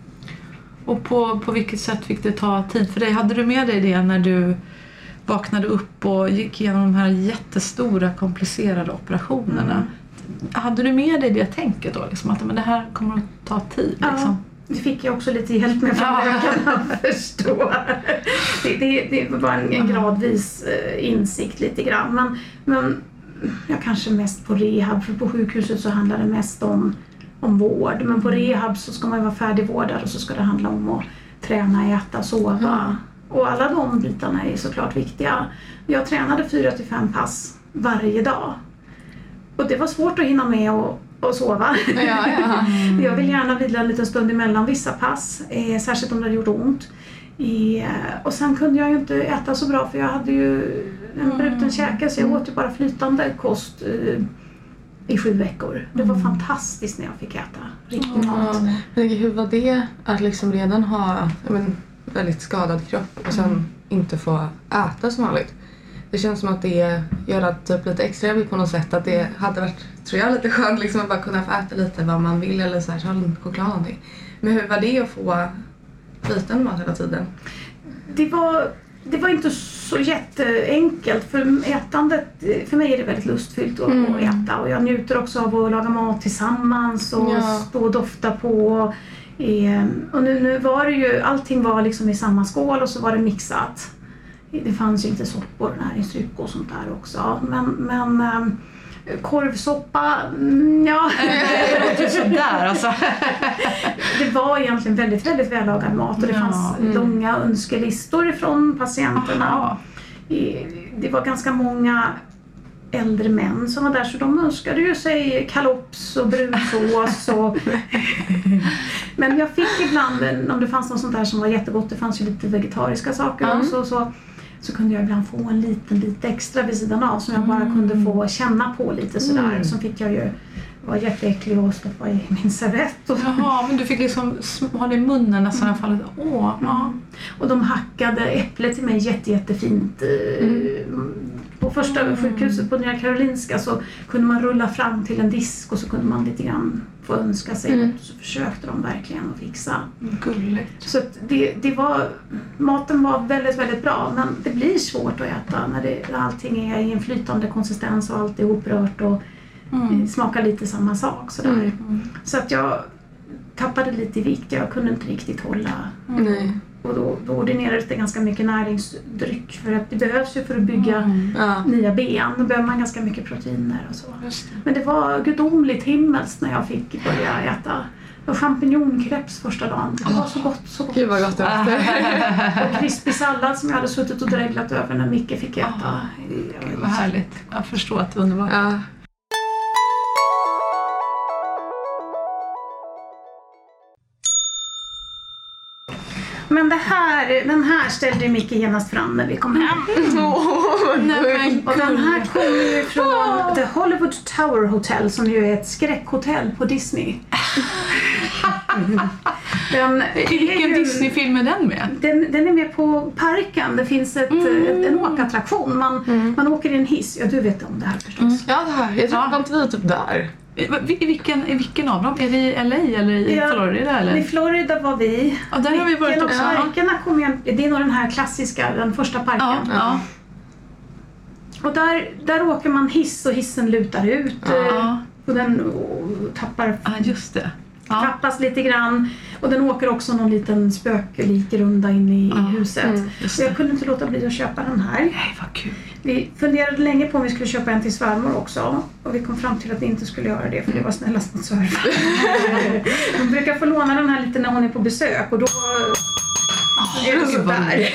C: Och på, på vilket sätt fick det ta tid för dig? Hade du med dig det när du vaknade upp och gick igenom de här jättestora komplicerade operationerna? Mm. Hade du med dig det tänket då? Liksom, att men det här kommer att ta tid?
F: Ja,
C: liksom?
F: det fick jag också lite hjälp med från läkarna att förstå. Det, det, det var en, en gradvis uh, insikt lite grann. Men, men jag kanske mest på rehab, för på sjukhuset så handlar det mest om, om vård. Men på rehab så ska man ju vara färdigvårdad och så ska det handla om att träna, äta, sova. Mm. Och alla de bitarna är såklart viktiga. Jag tränade fyra till fem pass varje dag. Och det var svårt att hinna med och, och sova.
D: Ja, ja.
F: Mm. Jag vill gärna vila en liten stund emellan vissa pass, eh, särskilt om det hade gjort ont. I, och sen kunde jag ju inte äta så bra för jag hade ju en bruten käke, så jag åt ju bara flytande kost eh, i sju veckor. Det var mm. fantastiskt när jag fick äta riktig
D: Mm.
F: mat.
D: Men hur var det att liksom redan ha men, väldigt skadad kropp och sen mm. inte få äta som vanligt? Det känns som att det gör att typ lite extra jobbigt på något sätt. Att det hade varit, tror jag, lite skönt liksom, att bara kunna få äta lite vad man vill eller så här, så lite choklad någonting. Men hur var det att få flytande mat hela tiden?
F: Det var, det var inte så jätteenkelt. För ätandet, för mig är det väldigt lustfyllt att, mm. att äta. Och jag njuter också av att laga mat tillsammans och ja. stå och dofta på. Och nu, nu var det ju, allting var liksom i samma skål och så var det mixat. Det fanns ju inte soppor, näringsdryck och sånt där också. Men, men ähm, korvsoppa, mm, ja.
C: Det låter sådär alltså.
F: Det var egentligen väldigt, väldigt vällagad mat. Och det
C: ja.
F: fanns mm. långa önskelistor från patienterna. Aha. Det var ganska många äldre män som var där, så de önskade ju sig kalops och brunsås och men jag fick ibland, om det fanns något sånt där som var jättegott, det fanns ju lite vegetariska saker mm. också, så, så kunde jag ibland få en liten bit extra vid sidan av som jag bara mm. kunde få känna på lite sådär. Mm. Så fick jag ju vara jätteäcklig och stoppa i min servett. Och
C: jaha, men du fick liksom ha det i munnen nästan i alla fall. Åh, ja.
F: Och de hackade äpplet till mig jätte, jättefint. Mm. På första mm. sjukhuset på Nya Karolinska så kunde man rulla fram till en disk och så kunde man lite grann få önska sig mm. något, så försökte de verkligen att fixa.
C: Gulligt.
F: Så att det, det var, maten var väldigt, väldigt bra, men det blir svårt att äta när, det, när allting är i en flytande konsistens och allt är upprört och mm. smakar lite samma sak. Sådär.
C: Mm.
F: Så att jag tappade lite i vikt, jag kunde inte riktigt hålla.
D: Mm.
F: Och då, då ordinerades det ganska mycket näringsdryck, för att det behövs ju för att bygga
C: mm.
F: ja. nya ben. Då behöver man ganska mycket proteiner och så. Det. Men det var gudomligt himmelskt när jag fick börja äta. Det var champinjonkreps första dagen. Det var så gott, så gott.
D: Gud vad gott det var.
F: Och krispig sallad som jag hade suttit och dreglat över när Micke fick äta.
C: Oh, vad härligt. Jag förstår att det är underbart.
D: Ja.
F: Men det här, den här ställde Micke genast fram när vi kom hem.
D: Oh,
F: nej, och den här kommer ju från oh. The Hollywood Tower Hotel, som ju är ett skräckhotell på Disney. Den,
C: vilken ju, Disney-film är den med?
F: Den, den är med på parken. Det finns ett, mm. ett, en åkattraktion. Man, mm. man åker i en hiss. Ja, du vet om det här förstås. Mm.
D: Ja, det här. Jag tror
C: ja.
D: att vi är typ där.
C: I vilken, i vilken av dem? Är det i L A eller i ja, Florida? Eller?
F: I Florida var vi.
C: Ja, där har vi varit också.
F: Parkerna kom jag, det är nog den här klassiska, den första parken.
C: Ja, ja.
F: Och där, där åker man hiss och hissen lutar ut.
C: Ja.
F: Och den och tappar...
C: Ja, just det. Ja.
F: Tappas lite grann. Och den åker också någon liten spöklik runda in i, ja. i huset. Mm, och jag kunde inte låta bli att köpa den här.
C: Nej, vad kul.
F: Vi funderade länge på om vi skulle köpa en till svärmor också. Och vi kom fram till att vi inte skulle göra det, för det var snällast mot svärfar. Hon brukar få låna den här lite när hon är på besök. Och då oh, är det sådär.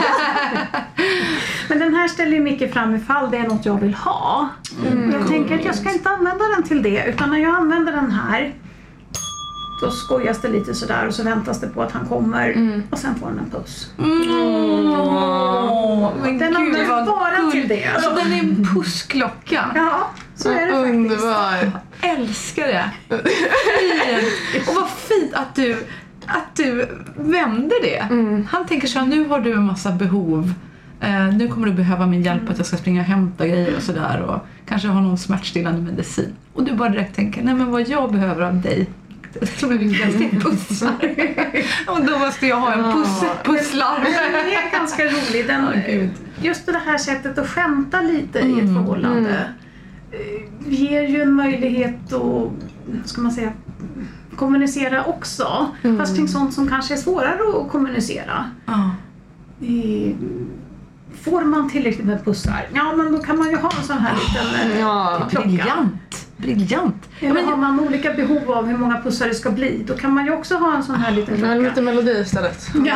F: Men den här ställer ju mycket fram ifall det är något jag vill ha. Mm, jag cool. tänker att jag ska inte använda den till det. Utan när jag använder den här, då skojas det lite sådär och så väntas det på att han kommer mm. och sen får han en puss.
C: Mm. Oh, men
F: den
C: Gud,
F: är bara
C: cool.
F: till det.
C: Alltså, den är en pussklocka.
F: Ja, så är det faktiskt.
D: Underbar.
C: Jag älskar det. Och vad fint att du, att du vände det. Mm. Han tänker så här, nu har du en massa behov. Uh, nu kommer du behöva min hjälp mm. att jag ska springa och hämta grejer och sådär. Och kanske ha någon smärtstillande medicin. Och du bara direkt tänker, nej men vad jag behöver av dig. Som är viktigast är pussar. Och då måste jag ha en puss, pusslar.
F: Den är ganska rolig. Den, oh, just det här sättet att skämta lite mm. i ett förhållande mm. ger ju en möjlighet att, ska man säga, kommunicera också. Mm. Fast kring sånt som kanske är svårare att kommunicera. Oh. I, får man tillräckligt med pussar? Ja, men då kan man ju ha en sån här liten
C: ja,
F: klocka.
C: Briljant. Briljant.
F: Eller men har man olika behov av hur många pussar det ska bli, då kan man ju också ha en sån här liten klocka.
D: Men lite melodi istället.
F: Ja.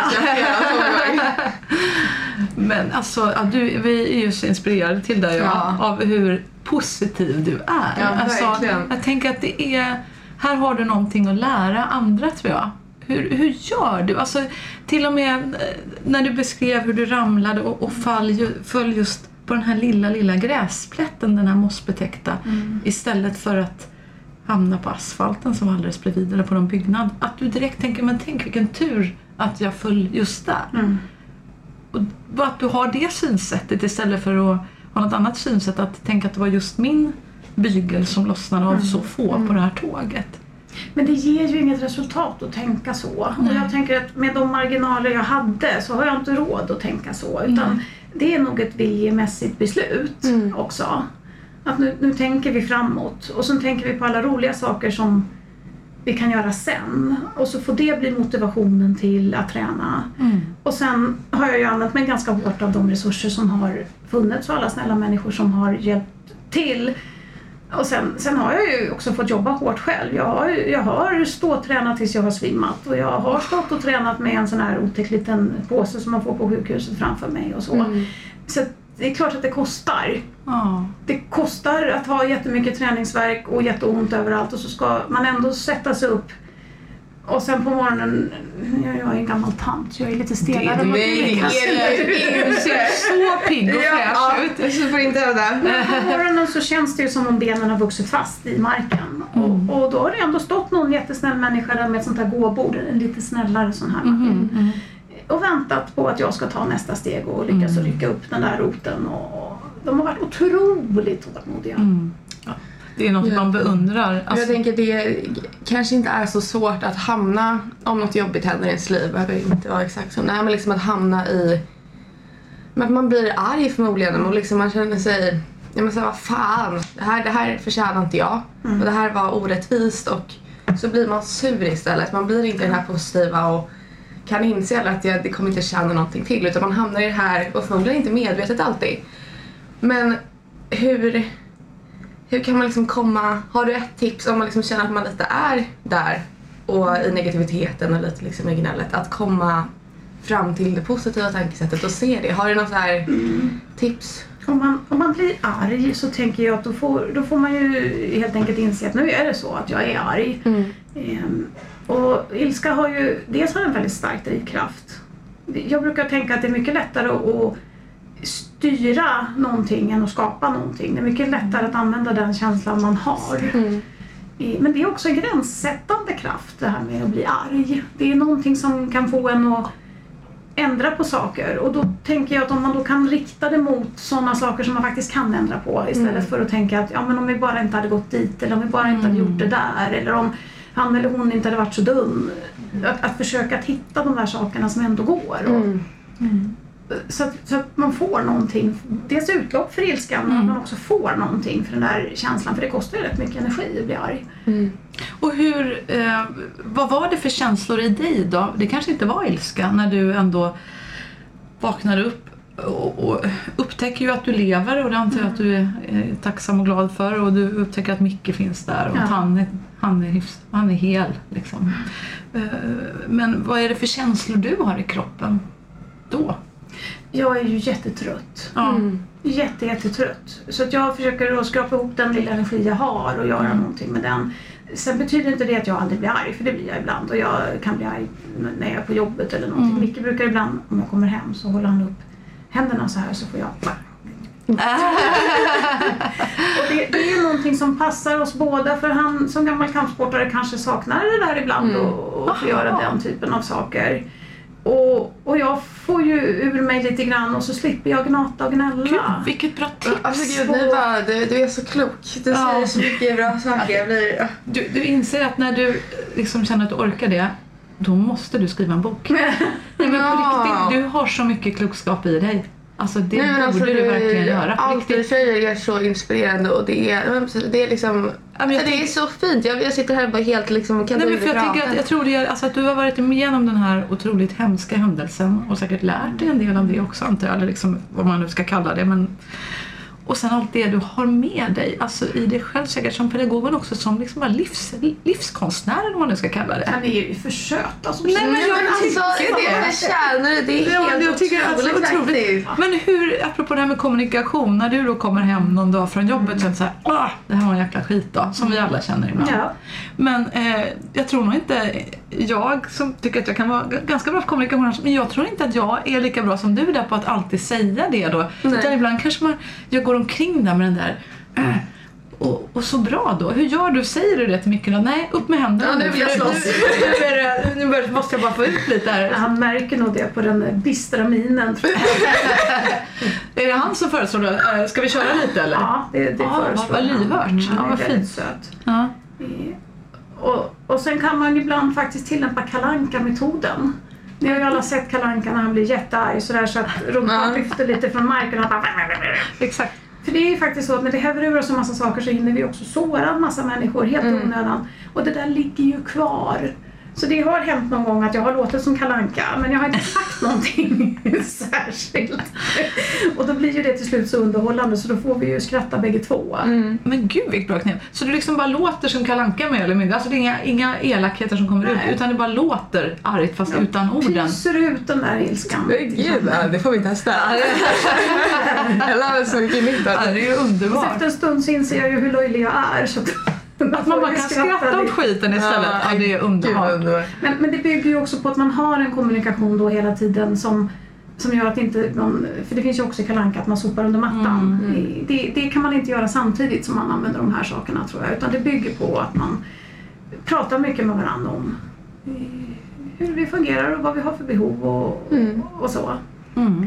C: Men alltså, ja, du, vi är ju så inspirerade till dig ja. av hur positiv du är.
D: Ja,
C: alltså, jag tänker att det är, här har du någonting att lära andra, tror jag. Hur, hur gör du? Alltså, till och med när du beskrev hur du ramlade och, och fall, föll just på den här lilla, lilla gräsplätten, den här mossbetäckta, mm. istället för att hamna på asfalten som var alldeles bredvid eller på någon byggnad. Att du direkt tänker, men tänk vilken tur att jag föll just där. Mm. Och att du har det synsättet istället för att ha något annat synsätt, att tänka att det var just min bygel som lossnade av mm. så få mm. på det här tåget.
F: Men det ger ju inget resultat att tänka så. Nej. Och jag tänker att med de marginaler jag hade så har jag inte råd att tänka så. Utan mm. det är nog ett viljemässigt beslut mm. också. Att nu, nu tänker vi framåt. Och så tänker vi på alla roliga saker som vi kan göra sen. Och så får det bli motivationen till att träna. Mm. Och sen har jag ju använt mig ganska hårt av de resurser som har funnits och alla snälla människor som har hjälpt till. Och sen, sen har jag ju också fått jobba hårt själv. Jag har, jag har stått och tränat tills jag har svimmat. Och jag har stått och tränat med en sån här otäck liten påse som man får på sjukhuset framför mig och så. Mm. Så det är klart att det kostar. Mm. Det kostar att ha jättemycket träningsverk och jätteont överallt. Och så ska man ändå sätta sig upp. Och sen på morgonen, jag är en gammal tant, jag är lite stelare.
C: Det, det, det, du ser så pigg och fräsch ut.
D: Ja, så får inte öva.
F: På morgonen så känns det ju som om benen har vuxit fast i marken. Mm. Och, och då har det ändå stått någon jättesnäll människa där med ett sånt här gåbord, en lite snällare sån här maskin. Mm. Mm. Och väntat på att jag ska ta nästa steg och lyckas mm. rycka upp den där roten. Och de har varit otroligt tålmodiga. Mm.
C: Ja. Det är något ja. man beundrar.
D: Alltså. Jag tänker det kanske inte är så svårt att hamna, om något jobbigt händer i ens liv, behöver inte vara exakt så. Nej, men liksom att hamna i, men att man blir arg förmodligen och liksom man känner sig, ja men så vad fan, det här, det här förtjänar inte jag. Mm. Och det här var orättvist, och så blir man sur istället. Man blir inte den här positiva och kan inse att det, det kommer inte tjäna någonting till, utan man hamnar i det här och förmodligen inte medvetet alltid. Men hur... Hur kan man liksom komma, har du ett tips om man liksom känner att man lite är där och i negativiteten och lite liksom i gnället, att komma fram till det positiva tankesättet och se det? Har du något så här mm. tips?
F: Om man, om man blir arg så tänker jag att då får, då får man ju helt enkelt inse att nu är det så att jag är arg. Mm. Ehm, och ilska har ju, dels har en väldigt stark drivkraft. Jag brukar tänka att det är mycket lättare att styra någonting än att skapa någonting. Det är mycket lättare att använda den känslan man har. Mm. Men det är också en gränssättande kraft, det här med att bli arg. Det är någonting som kan få en att ändra på saker. Och då tänker jag att om man då kan rikta det mot sådana saker som man faktiskt kan ändra på, istället mm. för att tänka att ja, men om vi bara inte hade gått dit, eller om vi bara inte hade gjort det där, eller om han eller hon inte hade varit så dum. Att, att försöka att hitta de där sakerna som ändå går. Och, mm. Mm. Så att, så att man får någonting, dels utlopp för ilskan, men mm. att man också får någonting för den där känslan, för det kostar ju rätt mycket energi att bli arg.
C: Mm. Och hur, eh, vad var det för känslor i dig då? Det kanske inte var ilska när du ändå vaknade upp och, och upptäcker ju att du lever, och det antar jag mm. att du är eh, tacksam och glad för, och du upptäcker att Micke finns där och ja. att han är, han, är, han är hel liksom. Eh, men vad är det för känslor du har i kroppen då?
F: Jag är ju jättetrött.
C: Mm.
F: Jätte, jättetrött. Så att jag försöker att skrapa ihop den lilla energi jag har och göra mm. någonting med den. sen betyder inte det att jag aldrig blir arg, för det blir jag ibland. Och jag kan bli arg när jag är på jobbet eller någonting. Mm. Micke brukar ibland, om jag kommer hem så håller han upp händerna så här, så får jag och det, det är ju någonting som passar oss båda, för han som gammal kampsportare kanske saknar det där ibland mm. och, och får göra den typen av saker. Och, och jag får ju ur mig lite grann och så slipper jag gnata och gnälla.
C: Gud, vilket bra tips.
D: Alltså gud, nu bara, du, du är så klok. Du ja. säger så mycket bra saker. Jag blir...
C: du, du inser att när du liksom känner att du orkar det, då måste du skriva en bok. Nej, men på
D: ja.
C: riktigt, du har så mycket klokskap i dig. Alltså det
D: Nej,
C: borde
D: alltså,
C: du
D: du
C: verkligen göra.
D: Allt du säger är så inspirerande och det är, det är liksom, ja, det tänk... är så fint. Jag, jag sitter här bara helt liksom, kan
C: Nej,
D: du
C: men för jag, tänker att, jag tror det är, alltså, att du har varit igenom den här otroligt hemska händelsen och säkert lärt dig en del av det också, antar jag, eller liksom, vad man nu ska kalla det, men och sen allt det du har med dig, alltså i dig själv säkert som pedagog, men också som liksom bara livs, livskonstnär eller vad man nu ska kalla det.
F: Han är ju för söta som
D: Nej, men jag alltså, tycker det. Jag känner det. Det är ja, helt jag tycker otroligt. Alltså, otroligt.
C: Men hur, apropå det här med kommunikation, när du då kommer hem någon dag från jobbet och känner så här, ah, det här var en jäkla skit då, som vi alla känner ibland.
F: Ja.
C: Men eh, jag tror nog inte, jag som tycker att jag kan vara ganska bra på kommunikation, men jag tror inte att jag är lika bra som du där på att alltid säga det då. Nej. Utan ibland kanske man, jag går omkring där med den där äh, och, och så bra då. Hur gör du? Säger du det till mycket då? Nej, upp med händerna.
D: Ja, nu vill jag slåss.
C: Nu, nu, nu måste jag bara få ut lite här.
F: Han märker nog det på den bistra minen.
C: Är det han som föreslår då? Ska vi köra lite eller?
F: Ja, det, det
C: ah,
F: föreslår
C: vad lyhört.
F: Mm,
C: ja, vad fint.
F: Söt.
C: Ja.
F: Och, och sen kan man ibland faktiskt tillämpa Kalle Anka-metoden. Ni har ju alla sett Kalle Anka när han blir jättearg sådär, så att rumpan lyfter lite från marken och bara...
C: Exakt.
F: För det är ju faktiskt så att när det häver ur oss en massa saker så hinner vi också såra en massa människor helt mm. onödan. Och det där ligger ju kvar. Så det har hänt någon gång att jag har låtit som Kalle Anka, men jag har inte sagt någonting särskilt. Och då blir ju det till slut så underhållande, så då får vi ju skratta bägge två.
C: Mm. Men gud vilket bra knep. Så du liksom bara låter som Kalle Anka med eller mindre? Alltså det är inga, inga elakheter som kommer Nej. ut, utan det bara låter argt fast jag utan orden.
F: Pyser ut den där ilskan.
D: Gud, det får vi testa. Jag lär så mycket nytt.
C: Ja, det är ju underbart.
F: Och efter en stund så inser jag ju hur löjlig jag är, så
C: att man bara kan skratta åt skiten istället. Ja, ja, det är underbart.
F: Men, men det bygger ju också på att man har en kommunikation då hela tiden som, som gör att inte någon, för det finns ju också i Kalle Anka att man sopar under mattan. Mm, mm. Det, det kan man inte göra samtidigt som man använder de här sakerna, tror jag. Utan det bygger på att man pratar mycket med varandra om hur vi fungerar och vad vi har för behov och, mm. och så. Mm.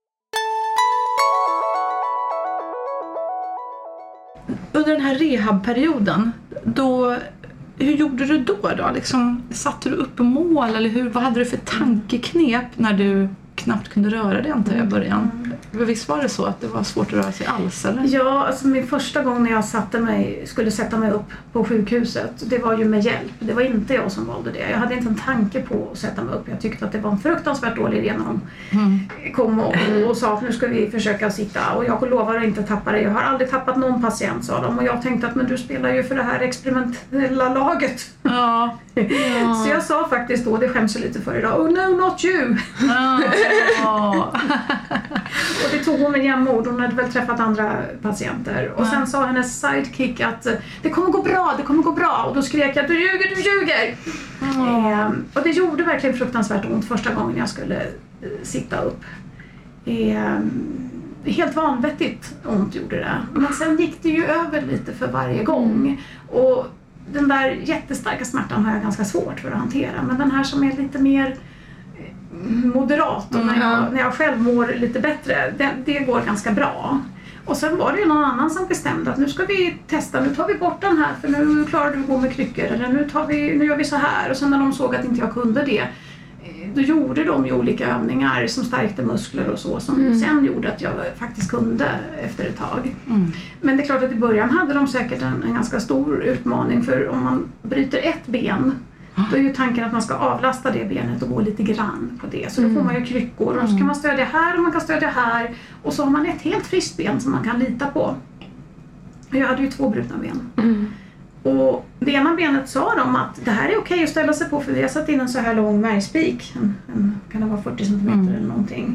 C: Under den här rehabperioden, då, hur gjorde du då? då? Liksom, satte du upp mål eller hur, vad hade du för tankeknep när du knappt kunde röra dig, antar jag, i början? Mm. Visst var det så att det var svårt att röra sig alls, eller?
F: Ja, alltså min första gång när jag satte mig, skulle sätta mig upp på sjukhuset, det var ju med hjälp. Det var inte jag som valde det. Jag hade inte en tanke på att sätta mig upp. Jag tyckte att det var en fruktansvärt dålig idé när de mm. kom och, och sa att nu ska vi försöka sitta. Och jag lovar att inte tappa det. Jag har aldrig tappat någon patient, sa de. Och jag tänkte att men du spelar ju för det här experimentella laget.
C: Ja. Ja.
F: Så jag sa faktiskt då, det skäms jag lite för idag, oh no, not you!
C: Ja. Ja.
F: Och det tog hon med jämnord, hon hade väl träffat andra patienter. Och sen sa hennes sidekick att det kommer gå bra, det kommer gå bra. Och då skrek jag, du ljuger, du ljuger! Mm. Ehm, och det gjorde verkligen fruktansvärt ont första gången jag skulle eh, sitta upp. Ehm, helt vanvettigt ont gjorde det. Men sen gick det ju över lite för varje gång. Och den där jättestarka smärtan har jag ganska svårt för att hantera. Men den här som är lite mer moderat och när jag, när jag själv mår lite bättre, det, det går ganska bra. Och sen var det ju någon annan som bestämde att nu ska vi testa, nu tar vi bort den här för nu klarar du att gå med kryckor, eller nu, tar vi, nu gör vi så här. Och sen när de såg att inte jag kunde det, då gjorde de ju olika övningar som stärkte muskler och så, som mm. sen gjorde att jag faktiskt kunde efter ett tag. Mm. Men det är klart att i början hade de säkert en, en ganska stor utmaning, för om man bryter ett ben, då är ju tanken att man ska avlasta det benet och gå lite grann på det. Så då får man ju kryckor och så kan man stödja här och man kan stödja här. Och så har man ett helt friskt ben som man kan lita på. Jag hade ju två brutna ben. Mm. Och det ena benet sa de att det här är okej att ställa sig på, för vi har satt in en så här lång märgspik. En, en, kan det vara fyrtio centimeter mm. eller någonting.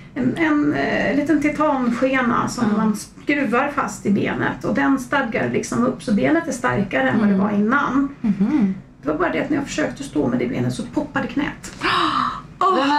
F: en, en eh, liten titanskena som mm. man skruvar fast i benet. Och den stadgar liksom upp så benet är starkare mm. än vad det var innan. Mm. Det var bara det att när jag försökte stå med det benet så poppade knät.
C: Åh, oh.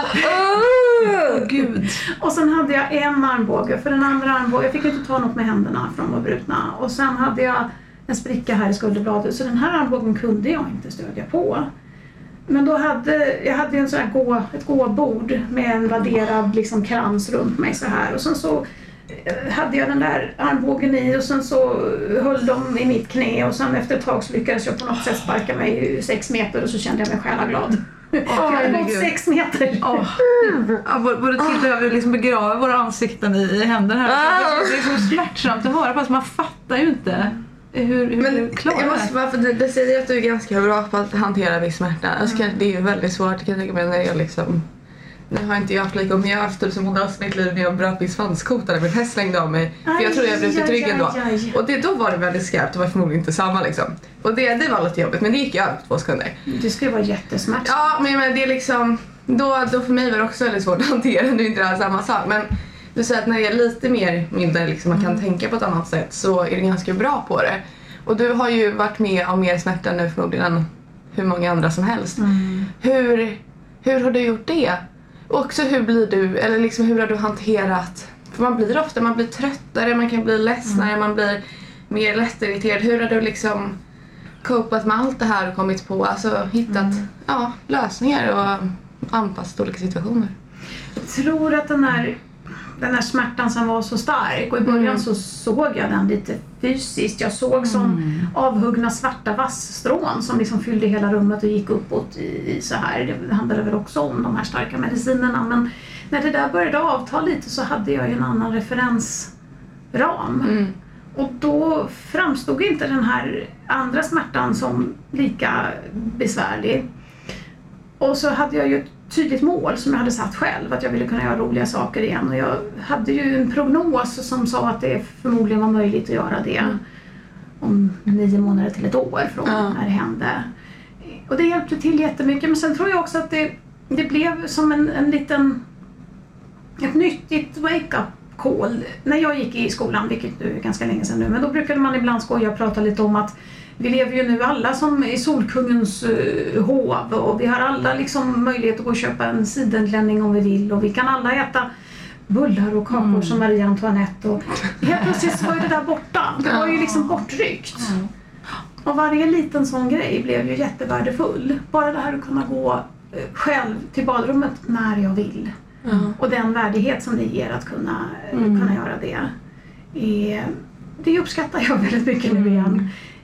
C: oh, gud.
F: Och sen hade jag en armbåge. För den andra armbågen, jag fick inte ta något med händerna för de var brutna. Och sen hade jag en spricka här i skulderbladet. Så den här armbågen kunde jag inte stödja på. Men då hade jag hade en sån här gå, ett gåbord med en vadderad liksom krans runt mig så här. Och sen så hade jag den där armbågen i och sen så höll de i mitt knä. Och sen efter ett tag så lyckades jag på något sätt sparka mig sex meter och så kände jag mig själaglad. Oh, jag hade gått sex meter.
C: Oh. Ja, både till behöver liksom begrava våra ansikten i, i händerna här. Ah. Det är så smärtsamt att höra, fast man fattar ju inte hur, hur
D: men
C: du klarar
D: jag måste bara, för det, det säger att du är ganska bra på att hantera viss smärta. Alltså, mm. Det är ju väldigt svårt, kan jag tänka mig, när jag liksom... Nu har inte jag haft lika, men jag har haft typ så många mitt liv när jag bröt min svanskota när min häst slängde av mig. För jag tror jag brutit ryggen då. Aj, aj. Och det, då var det väldigt skarpt, det var förmodligen inte samma liksom. Och det, det var lite jobbigt, men det gick ju över två sekunder.
F: Det skulle vara jättesmärtsamt.
D: Ja, men, men det är liksom... Då, då för mig var det också väldigt svårt att hantera, nu är inte det här samma sak. Men du säger att när det är lite mer mindre, liksom, man kan mm. tänka på ett annat sätt, så är du ganska bra på det. Och du har ju varit med om mer smärta nu förmodligen än hur många andra som helst. Mm. Hur, hur har du gjort det? Och också hur blir du, eller liksom hur har du hanterat, för man blir ofta, man blir tröttare, man kan bli ledsnare, mm. man blir mer lättirriterad. Hur har du liksom copat med allt det här och kommit på, alltså hittat mm. ja, lösningar och anpassat olika situationer?
F: Jag tror att den här, den här smärtan som var så stark, och i början mm. så såg jag den lite fysiskt. Jag såg som mm. avhuggna svarta vassstrån som liksom fyllde hela rummet och gick uppåt i, i så här. Det handlade väl också om de här starka medicinerna. Men när det där började avta lite så hade jag ju en annan referensram. Mm. Och då framstod inte den här andra smärtan som lika besvärlig. Och så hade jag ju ett tydligt mål som jag hade satt själv, att jag ville kunna göra roliga saker igen. Och jag hade ju en prognos som sa att det förmodligen var möjligt att göra det om nio månader till ett år från ja. när det hände. Och det hjälpte till jättemycket, men sen tror jag också att det, det blev som en, en liten, ett nyttigt wake-up call. När jag gick i skolan, vilket nu är ganska länge sedan nu, men då brukade man ibland skoja och prata lite om att vi lever ju nu alla som i solkungens uh, hov, och vi har alla liksom möjlighet att gå och köpa en sidenklänning om vi vill, och vi kan alla äta bullar och kakor mm. som Marie Antoinette, och helt plötsligt så var ju det där borta. Det var ju liksom bortryckt. Mm. Och varje liten sån grej blev ju jättevärdefull. Bara det här att kunna gå uh, själv till badrummet när jag vill. Mm. Och den värdighet som det ger att kunna, uh, mm. kunna göra det. Är, det uppskattar jag väldigt mycket nu igen.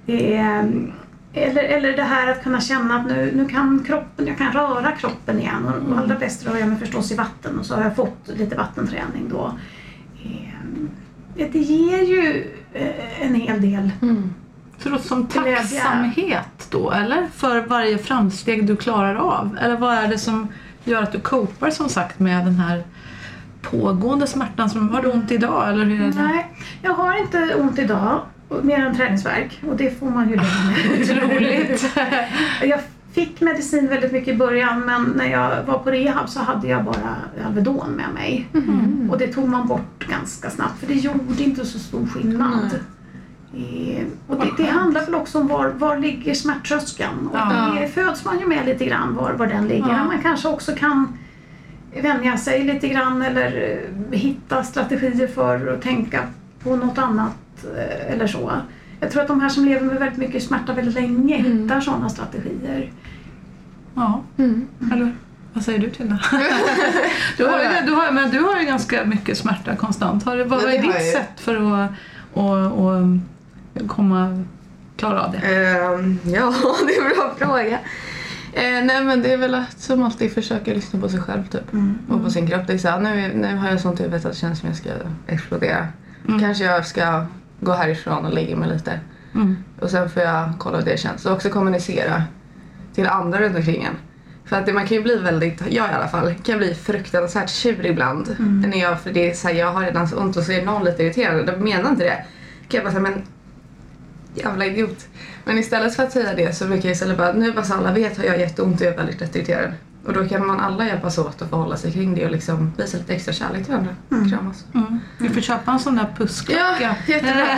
F: Är, eller, eller det här att kunna känna att nu, nu kan kroppen, jag kan röra kroppen igen. Och mm. allra bäst rör jag mig förstås i vatten, och så har jag fått lite vattenträning då. Det ger ju en hel del.
C: Mm. Så det som tacksamhet då, eller? För varje framsteg du klarar av? Eller vad är det som gör att du copar, som sagt, med den här pågående smärtan? Som har du ont idag, eller hur är det?
F: Nej, jag har inte ont idag. Mer än träningsvärk, och det får man ju leva med.
C: Otroligt.
F: Jag fick medicin väldigt mycket i början, men när jag var på rehab så hade jag bara Alvedon med mig. Mm. Och det tog man bort ganska snabbt, för det gjorde inte så stor skillnad. Mm. Och det, det handlar väl också om var, var ligger smärttröskeln. Och ja. det föds man ju med lite grann var, var den ligger. Ja. Man kanske också kan vänja sig lite grann, eller hitta strategier för att tänka på något annat eller så. Jag tror att de här som lever med väldigt mycket smärta väldigt länge mm. hittar sådana strategier.
C: Ja, mm. eller vad säger du till det? du, har ju, du, har, men du har ju ganska mycket smärta konstant. Har det, vad är ditt jag... sätt för att och, och, komma klara av det?
D: Um, ja, det är en bra fråga. Eh, nej, men det är väl att som alltid försöka lyssna på sig själv typ. Mm. Och på sin kropp. Det är så här, nu, nu har jag sånt huvud att det känns som jag ska explodera. Mm. Kanske jag ska gå härifrån och lägga mig lite. Mm. Och sen får jag kolla hur det känns. Och också kommunicera till andra runt omkring en. För att det, man kan ju bli väldigt, jag i alla fall, kan bli fruktansvärt tjurig ibland. Mm. När jag, för det är så här, jag har redan så ont och så är någon lite irriterad. De menar inte det. Kan jag bara säga, men jävla idiot. Men istället för att säga det så brukar jag istället bara, nu bara så alla vet har jag jätteont och jag är väldigt lätt irriterad. Och då kan man alla hjälpas åt att förhålla sig kring det och liksom visa lite extra kärlek till varandra.
C: Mm.
D: Kramas.
C: Mm. Vi får köpa en sån där pussklocka.
D: Ja, jättebra.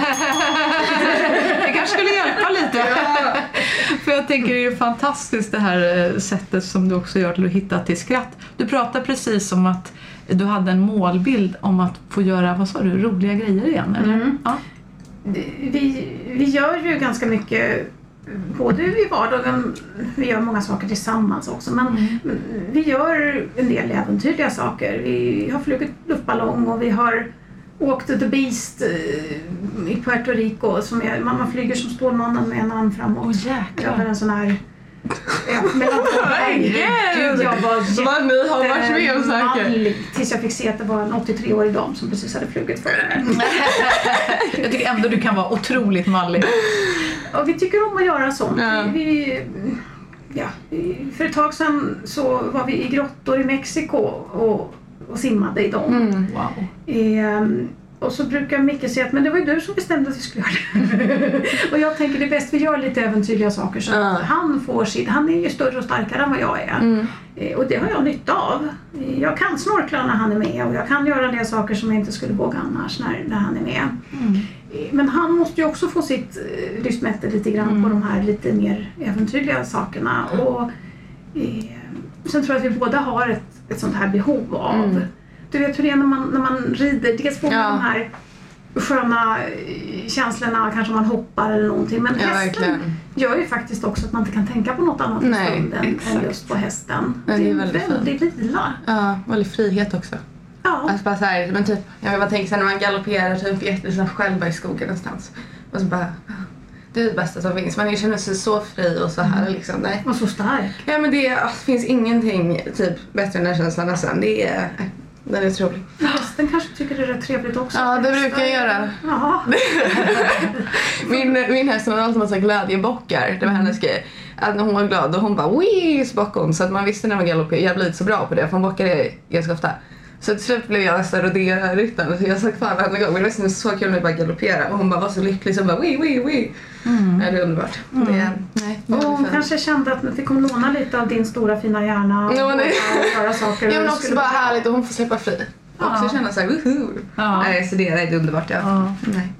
C: Det kanske skulle hjälpa lite.
D: Ja.
C: För jag tänker det är ju fantastiskt det här sättet som du också gör till att hitta till skratt. Du pratar precis om att du hade en målbild om att få göra, vad sa du, roliga grejer igen, eller?
F: Mm.
C: Ja.
F: Vi, vi gör ju ganska mycket, både i vardagen, vi gör många saker tillsammans också, men mm. vi gör en del äventyrliga saker. Vi har flugit luftballong och vi har åkt The Beast i Puerto Rico, som är, man flyger som Stålmannen med en arm framåt.
C: Åh, jäklar.
F: Jag var en sån här Ja, mellan
C: Gud,
F: jag var
D: så vad ni har varit med om saker.
F: Tills jag fick se att det var en åttiotre-årig dam som precis hade flugit för mig.
C: Jag tycker ändå du kan vara otroligt mallig.
F: Och vi tycker om att göra sånt.
D: Ja.
F: Vi, ja, för ett tag sedan så var vi i grottor i Mexiko och, och simmade i dem.
D: Mm.
C: Wow.
F: Ehm, och så brukar Micke säga att men det var ju du som bestämde att vi skulle göra det. Och jag tänker det är bäst vi gör lite äventyrliga saker så
D: Ja.
F: att han får sitt. Han är ju större och starkare än vad jag är.
D: Mm.
F: Och det har jag nytta av. Jag kan snorkla när han är med och jag kan göra en del saker som jag inte skulle våga annars när, när han är med.
C: Mm.
F: Men han måste ju också få sitt eh, lystmätte lite grann mm. på de här lite mer äventyrliga sakerna. Och, eh, sen tror jag att vi båda har ett, ett sånt här behov av.
D: Mm.
F: Du vet hur det är när man, när man rider. Dels får man
D: Ja.
F: de här sköna känslorna, kanske man hoppar eller någonting. Men
D: Ja,
F: hästen
D: verkligen.
F: gör ju faktiskt också att man inte kan tänka på något annat
D: Nej,
F: stunden än
C: exakt.
F: just på hästen.
D: Nej, det är
F: det är
D: väldigt
F: väldigt, väldigt vila.
D: Ja, väldigt frihet också.
F: Ja.
D: Alltså bara så här, men typ, jag bara tänker så här, när man galopperar typ jättesnabbt själv i skogen någonstans. Och så bara, det är det bästa som finns. Man känner sig så fri och så här liksom. Nej.
F: Och så stark.
D: Ja men det, det finns ingenting typ bättre än den känslan nästan. Det är, den är otrolig.
F: Hästen kanske tycker det är rätt trevligt också.
D: Ja, det brukar jag göra.
F: Ja.
D: min, min häst hade alltid en massa glädjebockar. Det var hennes grej. Att när hon var glad och hon bara wii så bockade hon. Så att man visste när man galopperade. Jag blev inte så bra på det för hon bockade ganska ofta. Så till slut blev jag nästan rodera ryttaren. Så jag sa kvar varje gång. Men det var så kul när jag bara galoppera. Och hon bara var så lycklig så bara wii wii wii. Mm. Ja, det är underbart.
F: Mm.
D: Det är, nej, det är
F: Och hon
D: fint.
F: kanske kände att nu fick hon låna lite av din stora fina hjärna. Och,
D: Ja, men det-
F: och göra saker.
D: Ja men
F: och
D: också
F: skulle
D: bara
F: vara-
D: härligt och hon får släppa fri.
C: Ja.
D: Också känna såhär woohoo.
C: Ja.
D: Nej så det är underbart ja.
C: Ja.
D: Nej.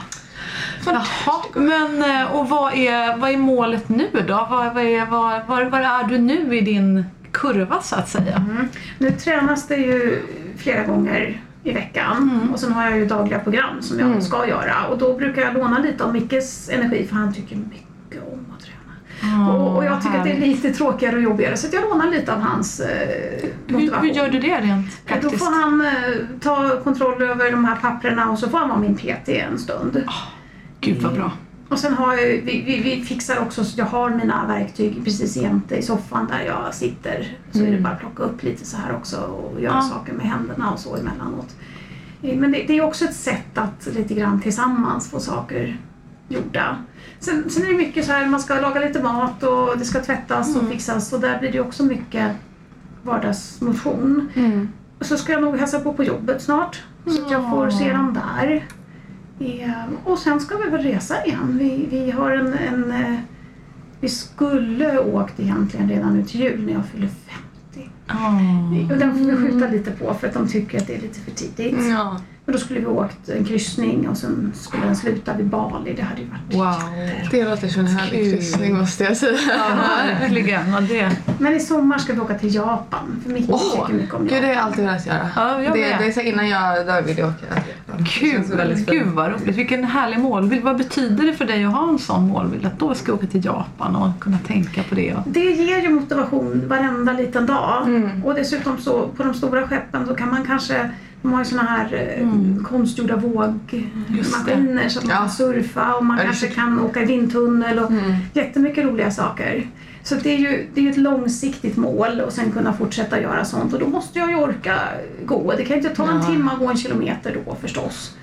C: Jaha, men och vad är, vad är målet nu då? Vad, vad är, vad, var, var är du nu i din kurva så att säga?
F: Mm. Nu tränas det ju flera gånger i veckan.
C: Mm.
F: Och sen har jag ju dagliga program som jag
D: Mm.
F: ska göra. Och då brukar jag låna lite av Mickes energi för han tycker mycket om att träna.
C: Oh,
F: och, och jag tycker att det är lite tråkigare och jobbigare så att jag lånar lite av hans eh,
C: hur,
F: motivation.
C: hur gör du det rent
F: Då
C: praktiskt?
F: får han eh, ta kontroll över de här papperna och så får han vara min P T en stund.
C: Gud vad bra.
F: Och sen har jag, vi, vi, vi fixar också så jag har mina verktyg precis jämte i soffan där jag sitter. Så är det bara att plocka upp lite så här också och göra
C: Ja.
F: saker med händerna och så emellanåt. Eh, Men det, det är också ett sätt att lite grann tillsammans få saker gjorda. Sen, sen är det mycket så här, man ska laga lite mat och det ska tvättas och fixas och där blir det också mycket vardagsmotion.
D: Mm.
F: Så ska jag nog hälsa på på jobbet snart så att jag får se dem där. Eh, och sen ska vi väl resa igen. Vi, vi har en, en eh, vi skulle åkt egentligen redan nu till jul när jag fyller femtio.
C: Oh.
F: Och den får vi skjuta lite på för att de tycker att det är lite för tidigt.
D: Ja.
F: Men då skulle vi åkt en kryssning och sen skulle den sluta vid Bali. Det hade ju varit
C: Wow.
D: Det låter som en härlig
C: Kul.
D: kryssning måste jag säga.
C: Ja, verkligen. Ja, det.
F: Men i sommar ska vi åka till Japan. För Micke
D: Åh,
F: tycker mycket om
D: Gud det
F: Japan.
D: har jag alltid velat göra.
C: Ja, jag
D: det,
C: med.
D: det är så innan jag dör vill jag åka. Det känns
C: Gud,
D: väldigt fint.
C: gud vad roligt. Vilken härlig målbild. Vad betyder det för dig att ha en sån målbild? Att då ska jag åka till Japan och kunna tänka på det. Och...
F: Det ger ju motivation varenda liten dag.
D: Mm.
F: Och dessutom så på de stora skeppen så kan man kanske, de har ju såna här eh,
C: Mm.
F: konstgjorda vågmaskiner så att man
D: Ja.
F: kan surfa och man
D: Ja, det är
F: kanske
D: så-
F: kan åka i vindtunnel och
D: Mm.
F: jättemycket roliga saker. Så det är ju det är ju ett långsiktigt mål och sen kunna fortsätta göra sånt och då måste jag ju orka gå. Det kan ju inte ta en
D: Ja.
F: timme att gå en kilometer då förstås.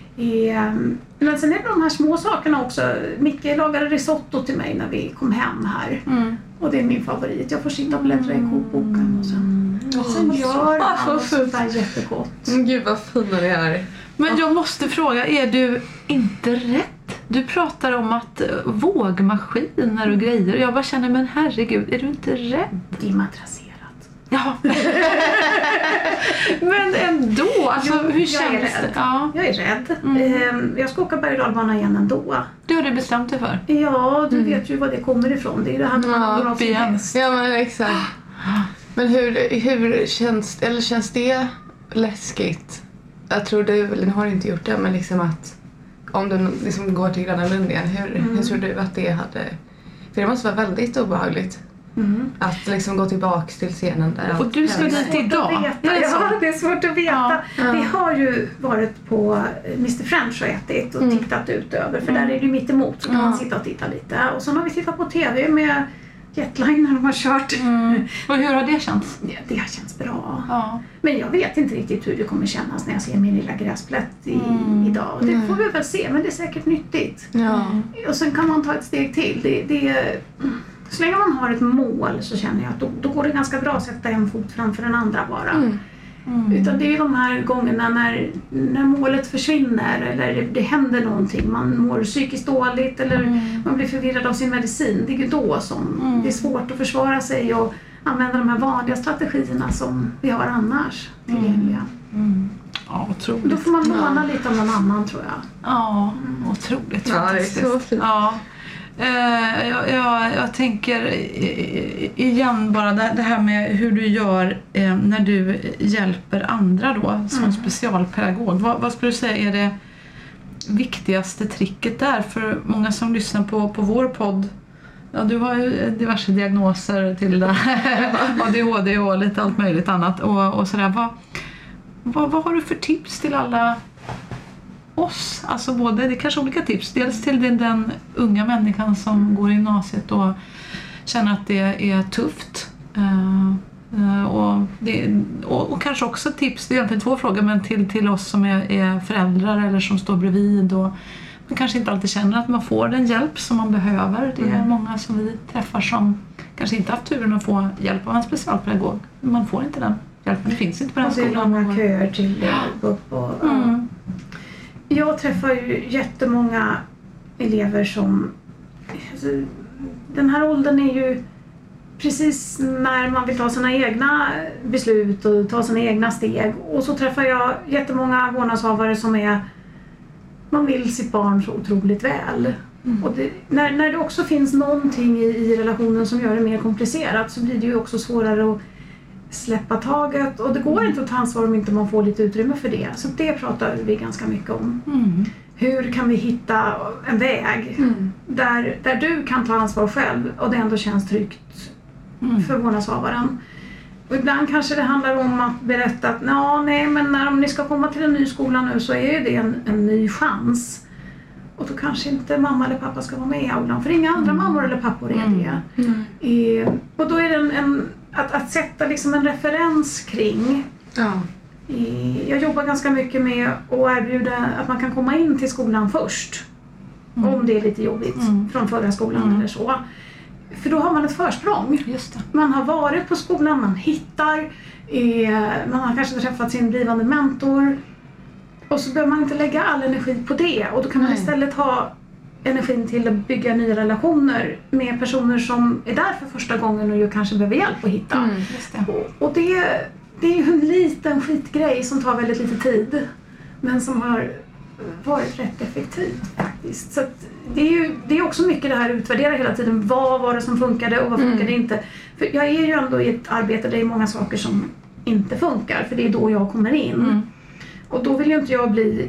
F: Ehm, Men sen är det de här små sakerna också. Micke lagade risotto till mig när vi kom hem här.
C: Mm.
F: Och det är min favorit. Jag får sitta och bläddra i kokboken och sen, sen gör
D: Ah,
F: han
D: så
F: sånt där jättegott.
D: Mm, Gud vad fina det är.
C: Men jag måste fråga, är du inte rädd? Du pratar om att eh, vågmaskiner och grejer. Jag bara känner, men herregud, är du inte rädd?
F: Det är matrasserat.
C: Ja. Men ändå, alltså
F: Jo,
C: hur
F: jag
C: känns
F: är
C: det?
F: rädd.
C: Ja.
F: Jag är rädd.
C: Mm.
F: Jag ska åka berg- och dalbana igen ändå.
C: Det har du bestämt dig för?
F: Ja, du
D: Mm.
F: vet ju var det kommer ifrån. Det är det här med
D: Ja,
F: att man går
C: igen.
F: häst.
D: Ja, men exakt. Men hur, hur känns, eller känns det läskigt? Jag tror du, eller nu har du inte gjort det, men liksom att om du liksom går till Gröna Lund igen, hur,
F: Mm.
D: hur tror du att det hade... För det måste vara väldigt obehagligt
F: Mm.
D: att liksom gå tillbaks till scenen där.
C: Och du ska
F: Det är
C: dit
F: svårt
C: idag?
F: att veta.
C: Är det så?
F: Ja, det är svårt att veta.
C: Ja.
D: Ja.
F: Vi har ju varit på mister French och ätit och
D: Mm.
F: tittat ut över. För
C: Mm.
F: där är det ju mitt emot så kan
D: Ja.
F: man sitta och titta lite. Och sen har vi tittat på tv med Jetline när de har kört.
C: Mm. Och hur har det känts?
F: Ja, det har känts bra.
C: Ja.
F: Men jag vet inte riktigt hur det kommer kännas när jag ser min lilla gräsplätt i,
C: Mm.
F: idag. Det
D: Mm.
F: får vi väl se, men det är säkert nyttigt.
D: Ja.
F: Och sen kan man ta ett steg till. Det, det, så länge man har ett mål så känner jag att då, då går det ganska bra att sätta en fot framför den andra bara.
D: Mm.
C: Mm.
F: Utan det är ju de här gångerna när, när målet försvinner eller det, det händer någonting. Man mår psykiskt dåligt eller
C: Mm.
F: man blir förvirrad av sin medicin. Det är ju då som
C: Mm.
F: det är svårt att försvara sig och använda de här vanliga strategierna som vi har annars tillgängliga.
C: Mm. Ja, otroligt.
F: Då får man låna lite av någon annan tror jag.
C: Ja, otroligt
D: Ja, det är
C: faktiskt.
D: så fint.
C: Ja. Eh, jag, jag, jag tänker eh, igen bara det, det här med hur du gör eh, när du hjälper andra då som
F: Mm.
C: specialpedagog. Vad, vad skulle du säga är det viktigaste tricket där? För många som lyssnar på, på vår podd, ja, du har ju diverse diagnoser till det. A D H D och lite allt möjligt annat. Och, och sådär. Vad, vad, vad har du för tips till alla oss? Alltså både, det är kanske olika tips. Dels till den, den unga människan som går i gymnasiet och känner att det är tufft. Uh, uh, och, det, och, och kanske också tips, det är egentligen två frågor, men till, till oss som är, är föräldrar eller som står bredvid och man kanske inte alltid känner att man får den hjälp som man behöver. Det är
F: Mm.
C: många som vi träffar som kanske inte haft turen att få hjälp av en specialpedagog. Man får inte den hjälpen, det finns inte på den
F: Och det är
C: skolan.
F: långa köer till att gå upp och... ja.
C: Mm.
F: Jag träffar ju jättemånga elever som... Alltså, den här åldern är ju precis när man vill ta sina egna beslut och ta sina egna steg. Och så träffar jag jättemånga vårdnadshavare som är... Man vill sitt barn så otroligt väl.
C: Mm.
F: Och det, när, när det också finns någonting i, i relationen som gör det mer komplicerat så blir det ju också svårare att släppa taget. Och det går inte att ta ansvar om inte man får lite utrymme för det. Så det pratar vi ganska mycket om.
C: Mm.
F: Hur kan vi hitta en väg
D: Mm.
F: där, där du kan ta ansvar själv och det ändå känns tryggt
C: Mm.
F: för vårdnadshavaren. Och ibland kanske det handlar om att berätta att ja, nej, men när om ni ska komma till en ny skola nu så är ju det en, en ny chans. Och då kanske inte mamma eller pappa ska vara med i aulan för inga andra mammor eller pappor är det.
D: Mm.
F: Eh, och då är det en, en, att, att sätta liksom en referens kring.
D: Ja.
F: Eh, jag jobbar ganska mycket med att erbjuda att man kan komma in till skolan först.
C: Mm.
F: Om det är lite jobbigt
C: Mm.
F: från förra skolan
C: Mm.
F: eller så. För då har man ett försprång.
C: Just det.
F: Man har varit på skolan, man hittar, eh, man har kanske träffat sin blivande mentor. Och så behöver man inte lägga all energi på det. Och då kan man
D: Nej.
F: istället ha energin till att bygga nya relationer med personer som är där för första gången och ju kanske behöver hjälp att hitta.
D: Mm.
C: Just det.
F: Och, och det, det är ju en liten skitgrej som tar väldigt lite tid. Men som har varit rätt effektivt faktiskt. Så att det är ju det är också mycket det här att utvärdera hela tiden. Vad var det som funkade och vad
D: Mm.
F: funkade inte? För jag är ju ändå i ett arbete där det är många saker som inte funkar. För det är då jag kommer in.
C: Mm.
F: Och då vill ju inte jag bli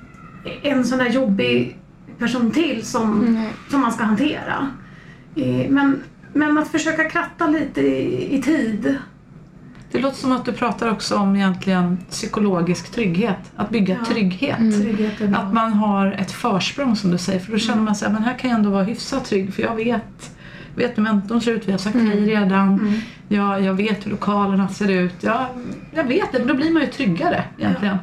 F: en sån där jobbig person till som,
D: Mm.
F: som man ska hantera. Eh, Men, men att försöka kratta lite i, i tid.
C: Det låter som att du pratar också om egentligen psykologisk trygghet. Att bygga
F: Ja.
C: trygghet.
D: Mm.
F: Trygghet är bra.
C: Att man har ett försprång som du säger. För då känner man sig, men här kan jag ändå vara hyfsat trygg. För jag vet, vet hur mentorn ser ut. Vi har sagt
D: Mm.
C: hej redan.
F: Mm.
C: Jag, jag vet hur lokalerna ser ut. Jag, jag vet det, men då blir man ju tryggare egentligen.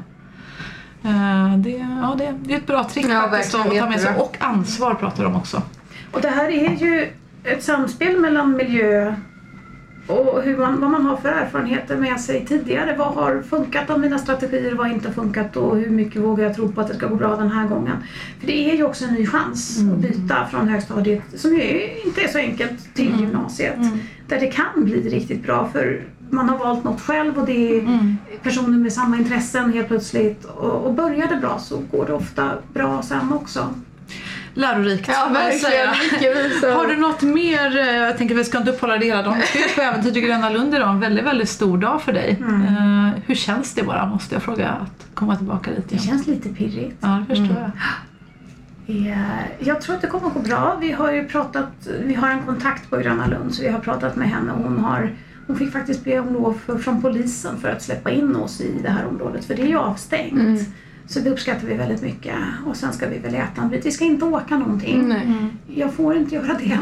C: Eh, det, ja, det, det är ett bra trick
D: Ja,
C: faktiskt att
D: verkligen,
C: ta med sig.
D: jättebra.
C: Och ansvar pratar de också.
F: Och det här är ju ett samspel mellan miljö och hur man, vad man har för erfarenheter med sig tidigare. Vad har funkat av mina strategier, vad har inte funkat och hur mycket vågar jag tro på att det ska gå bra den här gången. För det är ju också en ny chans
C: Mm.
F: att byta från högstadiet, som ju inte är så enkelt, till
C: Mm.
F: gymnasiet.
C: Mm.
F: Där det kan bli riktigt bra för man har valt något själv och det är mm. personer med samma intressen helt plötsligt. Och, och börjar det bra så går det ofta bra sen också.
C: Lärorikt.
D: Ja, verkligen.
C: Har du något mer? Jag tänker vi ska inte uppehålla det hela dagen. Vi ska ut på äventyr till Gröna Lund idag. En väldigt, väldigt stor dag för dig. Mm. Uh, hur känns det bara, måste jag fråga, att komma tillbaka dit igen?
F: Det känns lite pirrigt.
C: Ja, det förstår mm.
F: jag. Yeah. Jag tror att det kommer att gå bra. Vi har ju pratat, vi har en kontakt på Gröna Lund, så vi har pratat med henne. Hon, har, hon fick faktiskt be om lov för, från polisen för att släppa in oss i det här området. För det är ju avstängt. Mm. Så det uppskattar vi väldigt mycket. Och sen ska vi väl äta en bit. Vi ska inte åka någonting. Mm. Jag får inte göra det.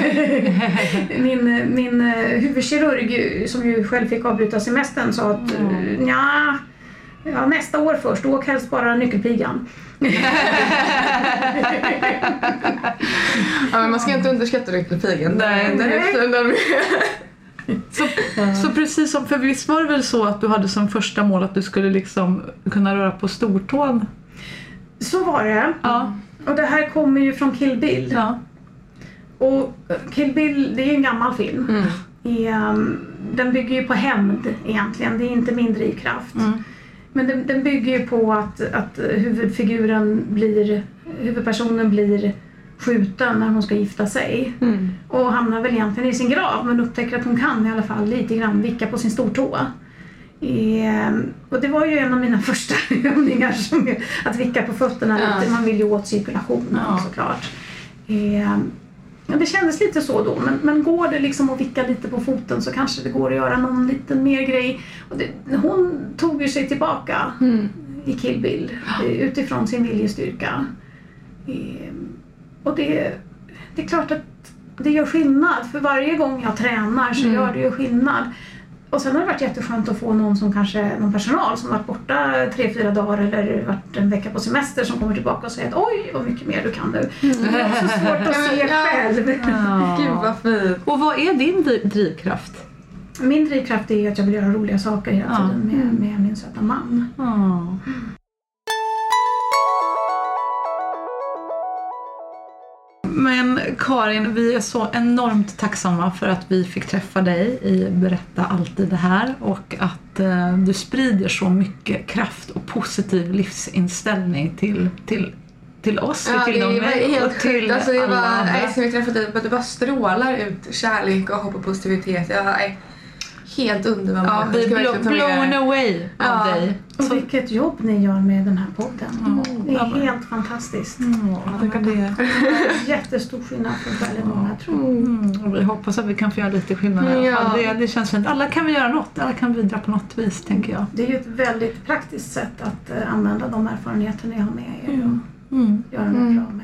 F: min, min huvudkirurg, som ju själv fick avbryta semestern, sa att mm. ja, ja, nästa år först. Åk helst bara nyckelpigan.
D: Ja, men man ska inte underskatta nyckelpigan.
C: Nej, nej. Så, så precis som, för visst var det väl så att du hade som första mål att du skulle liksom kunna röra på stortån?
F: Så var det.
C: Ja.
F: Och det här kommer ju från Kill Bill.
C: Ja.
F: Och Kill Bill, det är ju en gammal film. Mm. I, um, den bygger ju på hämnd egentligen. Det är inte min drivkraft. Mm. Men den, den bygger ju på att, att huvudfiguren blir, huvudpersonen blir skjuten när hon ska gifta sig. Mm. Och hamnar väl egentligen i sin grav, men upptäcker att hon kan i alla fall lite grann vicka på sin stortå. E, och det var ju en av mina första övningar, som är att vicka på fötterna ja. lite. Man vill ju åt cirkulationen ja. såklart. E, det kändes lite så då, men, men går det liksom att vicka lite på foten så kanske det går att göra någon liten mer grej. Och det, hon tog ju sig tillbaka mm. i Kill Bill utifrån sin viljestyrka. E, Och det, det är klart att det gör skillnad. För varje gång jag tränar så mm. gör det ju skillnad. Och sen har det varit jätteskönt att få någon som kanske, någon personal som varit borta tre, fyra dagar eller varit en vecka på semester, som kommer tillbaka och säger att oj, vad mycket mer du kan nu. Mm. Det är också svårt att se själv.
C: Ja. Gud vad fint. Och vad är din drivkraft?
F: Min drivkraft är att jag vill göra roliga saker hela tiden ja. med, med min söta man.
C: Ja. Men Karin, vi är så enormt tacksamma för att vi fick träffa dig i Berätta alltid det här, och att eh, du sprider så mycket kraft och positiv livsinställning till, till, till oss,
D: ja,
C: till dem
D: och till alltså, alla bara, andra. Nej, som vi träffat dig, du bara strålar ut kärlek och hopp och positivitet. Jag är helt underbar.
C: Ja, vi är blown away
F: ja.
C: av dig.
F: Och så vilket jobb ni gör med den här podden. Mm. Det är mm. helt fantastiskt.
C: Mm. Ja, det är
F: jättestor skillnad för väldigt många, tror jag.
C: Mm. Och vi hoppas att vi kan få göra lite skillnad i alla fall. Det, det känns fint. Alla kan vi göra något. Alla kan bidra på något vis, tänker jag.
F: Det är ju ett väldigt praktiskt sätt att uh, använda de erfarenheter ni har med er.
C: Mm. Mm.
F: Göra något mm. bra med.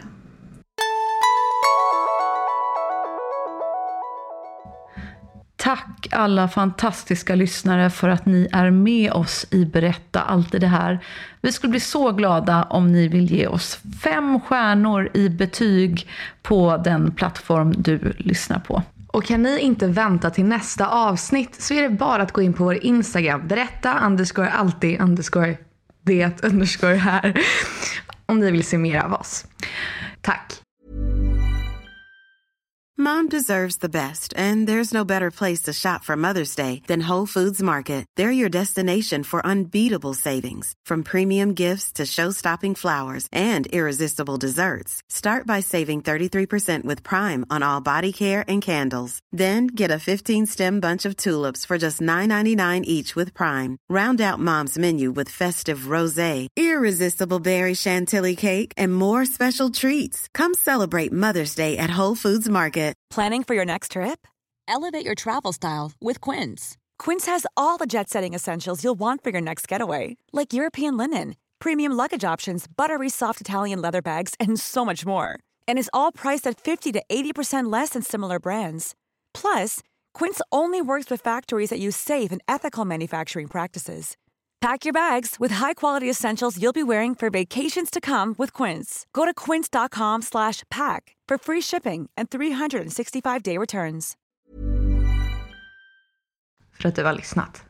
C: Tack alla fantastiska lyssnare för att ni är med oss i Berätta alltid det här. Vi skulle bli så glada om ni vill ge oss fem stjärnor i betyg på den plattform du lyssnar på.
G: Och kan ni inte vänta till nästa avsnitt så är det bara att gå in på vår Instagram. Berätta underscore alltid underscore det underscore här. Om ni vill se mer av oss. Tack.
H: Mom deserves the best, and there's no better place to shop for Mother's Day than Whole Foods Market. They're your destination for unbeatable savings, from premium gifts to show-stopping flowers and irresistible desserts. Start by saving thirty-three percent with Prime on all body care and candles. Then get a fifteen-stem bunch of tulips for just nine ninety-nine each with Prime. Round out Mom's menu with festive rosé, irresistible berry chantilly cake, and more special treats. Come celebrate Mother's Day at Whole Foods Market.
I: Planning for your next trip? Elevate your travel style with Quince. Quince has all the jet-setting essentials you'll want for your next getaway, like European linen, premium luggage options, buttery soft Italian leather bags, and so much more. And is all priced at fifty to eighty percent less than similar brands. Plus, Quince only works with factories that use safe and ethical manufacturing practices. Pack your bags with high-quality essentials you'll be wearing for vacations to come with Quince. Go to quince.com slash pack for free shipping and three sixty-five day returns.
G: För att du har lyssnat.